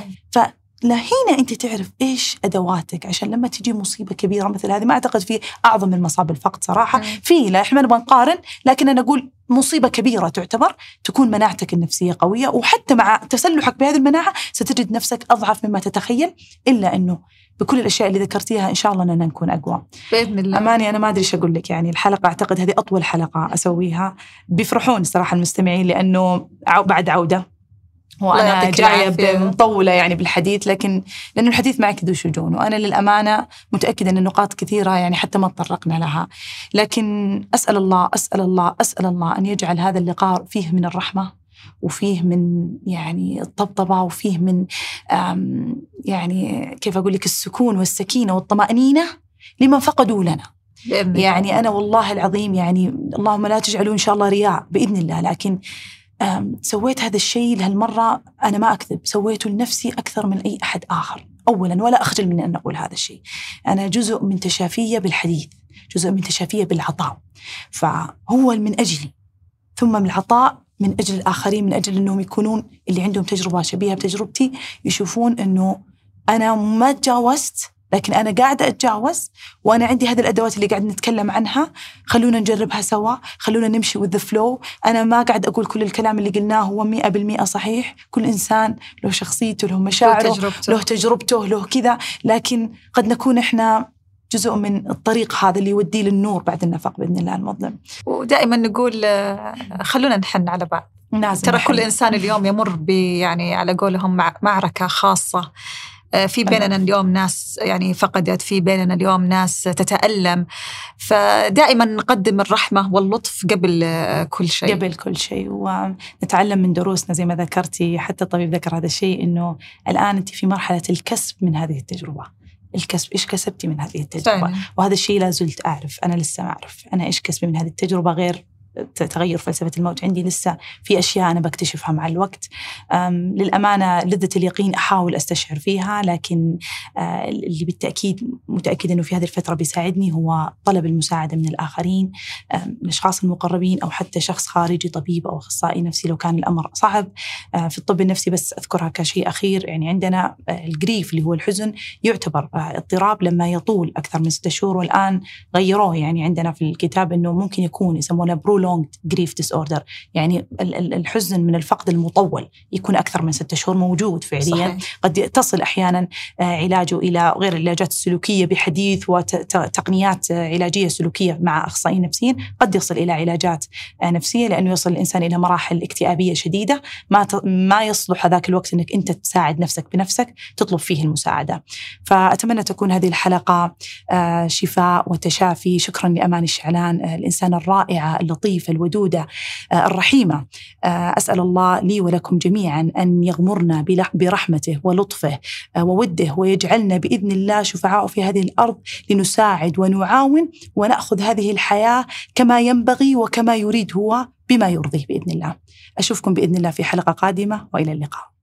هنا أنت تعرف إيش أدواتك عشان لما تجي مصيبة كبيرة مثل هذه. ما أعتقد في أعظم من مصاب الفقد صراحة، لا إحنا نبغى نقارن، لكن أنا أقول مصيبة كبيرة تعتبر تكون مناعتك النفسية قوية، وحتى مع تسلحك بهذه المناعة ستجد نفسك أضعف مما تتخيل. إلا أنه بكل الأشياء اللي ذكرتيها إن شاء الله أننا نكون أقوى بإذن الله. أماني أنا ما أدري إيش أقول لك، يعني الحلقة أعتقد هذه أطول حلقة أسويها. بيفرحون صراحة المستمعين لأنه بعد عودة، وأنا جاية مطولة يعني بالحديث، لأنه الحديث معك ذو شجون، وأنا للأمانة متأكدة أن النقاط كثيرة يعني حتى ما تطرقنا لها. لكن أسأل الله أن يجعل هذا اللقاء فيه من الرحمة، وفيه من يعني الطبطبة، وفيه من يعني كيف أقول لك السكون والسكينة والطمأنينة لمن فقدوا لنا. يعني أنا والله العظيم يعني اللهم لا تجعلوا إن شاء الله رياء بإذن الله، لكن سويت هذا الشيء لهالمرة، أنا ما أكذب، سويته لنفسي أكثر من أي أحد آخر أولا، ولا أخجل من أن أقول هذا الشيء. أنا جزء من تشافية بالحديث، جزء من تشافية بالعطاء، فهو من أجلي، ثم من العطاء من أجل الآخرين، من أجل أنهم يكونون اللي عندهم تجربة شبيهة بتجربتي يشوفون أنه أنا ما تجاوزت، لكن أنا قاعدة أتجاوز، وأنا عندي هذه الأدوات اللي قاعد نتكلم عنها، خلونا نجربها سوا، خلونا نمشي with the flow. أنا ما قاعد أقول كل الكلام اللي قلناه هو 100% صحيح، كل إنسان له شخصيته، له مشاعره، له تجربته، له كذا، لكن قد نكون إحنا جزء من الطريق هذا اللي يودي للنور بعد النفق بإذن الله المظلم. ودائما نقول خلونا نحن على بعض. ترى كل إنسان اليوم يمر يعني على قولهم معركة خاصة. في بيننا اليوم ناس يعني فقدت، في بيننا اليوم ناس تتألم، فدائما نقدم الرحمة واللطف قبل كل شيء. ونتعلم من دروسنا زي ما ذكرتي، حتى الطبيب ذكر هذا الشيء، إنه الآن أنت في مرحلة الكسب من هذه التجربة. الكسب، إيش كسبتي من هذه التجربة؟ وهذا الشيء لا زلت أعرف، أنا لسه ما أعرف أنا إيش كسبي من هذه التجربة، غير تغير فلسفة الموت عندي لسه في أشياء أنا بكتشفها مع الوقت. للأمانة لذة اليقين أحاول أستشعر فيها، لكن اللي بالتأكيد متأكد أنه في هذه الفترة بيساعدني هو طلب المساعدة من الآخرين، الأشخاص المقربين، أو حتى شخص خارجي، طبيب أو أخصائي نفسي لو كان الأمر صعب. في الطب النفسي بس أذكرها كشيء أخير، يعني عندنا الجريف اللي هو الحزن يعتبر اضطراب لما يطول أكثر من 6 شهور، والآن غيروه يعني عندنا في الكتاب أنه ممكن يكون يسمونه برول prolonged grief disorder، يعني الحزن من الفقد المطول يكون أكثر من 6 شهور موجود فعليا. صحيح. قد تصل أحيانا علاجه إلى غير العلاجات السلوكية بحديث وتقنيات علاجية سلوكية مع أخصائيين نفسيين، قد يصل إلى علاجات نفسية، لأنه يصل الإنسان إلى مراحل اكتئابية شديدة ما يصلح هذاك الوقت أنك أنت تساعد نفسك بنفسك، تطلب فيه المساعدة. فأتمنى تكون هذه الحلقة شفاء وتشافي. شكرا لأماني الشعلان، الإنسانة الرائعة اللطيفة الودودة الرحيمة. أسأل الله لي ولكم جميعا أن يغمرنا برحمته ولطفه ووده، ويجعلنا بإذن الله شفعاء في هذه الأرض لنساعد ونعاون ونأخذ هذه الحياة كما ينبغي وكما يريد هو بما يرضيه بإذن الله. أشوفكم بإذن الله في حلقة قادمة، وإلى اللقاء.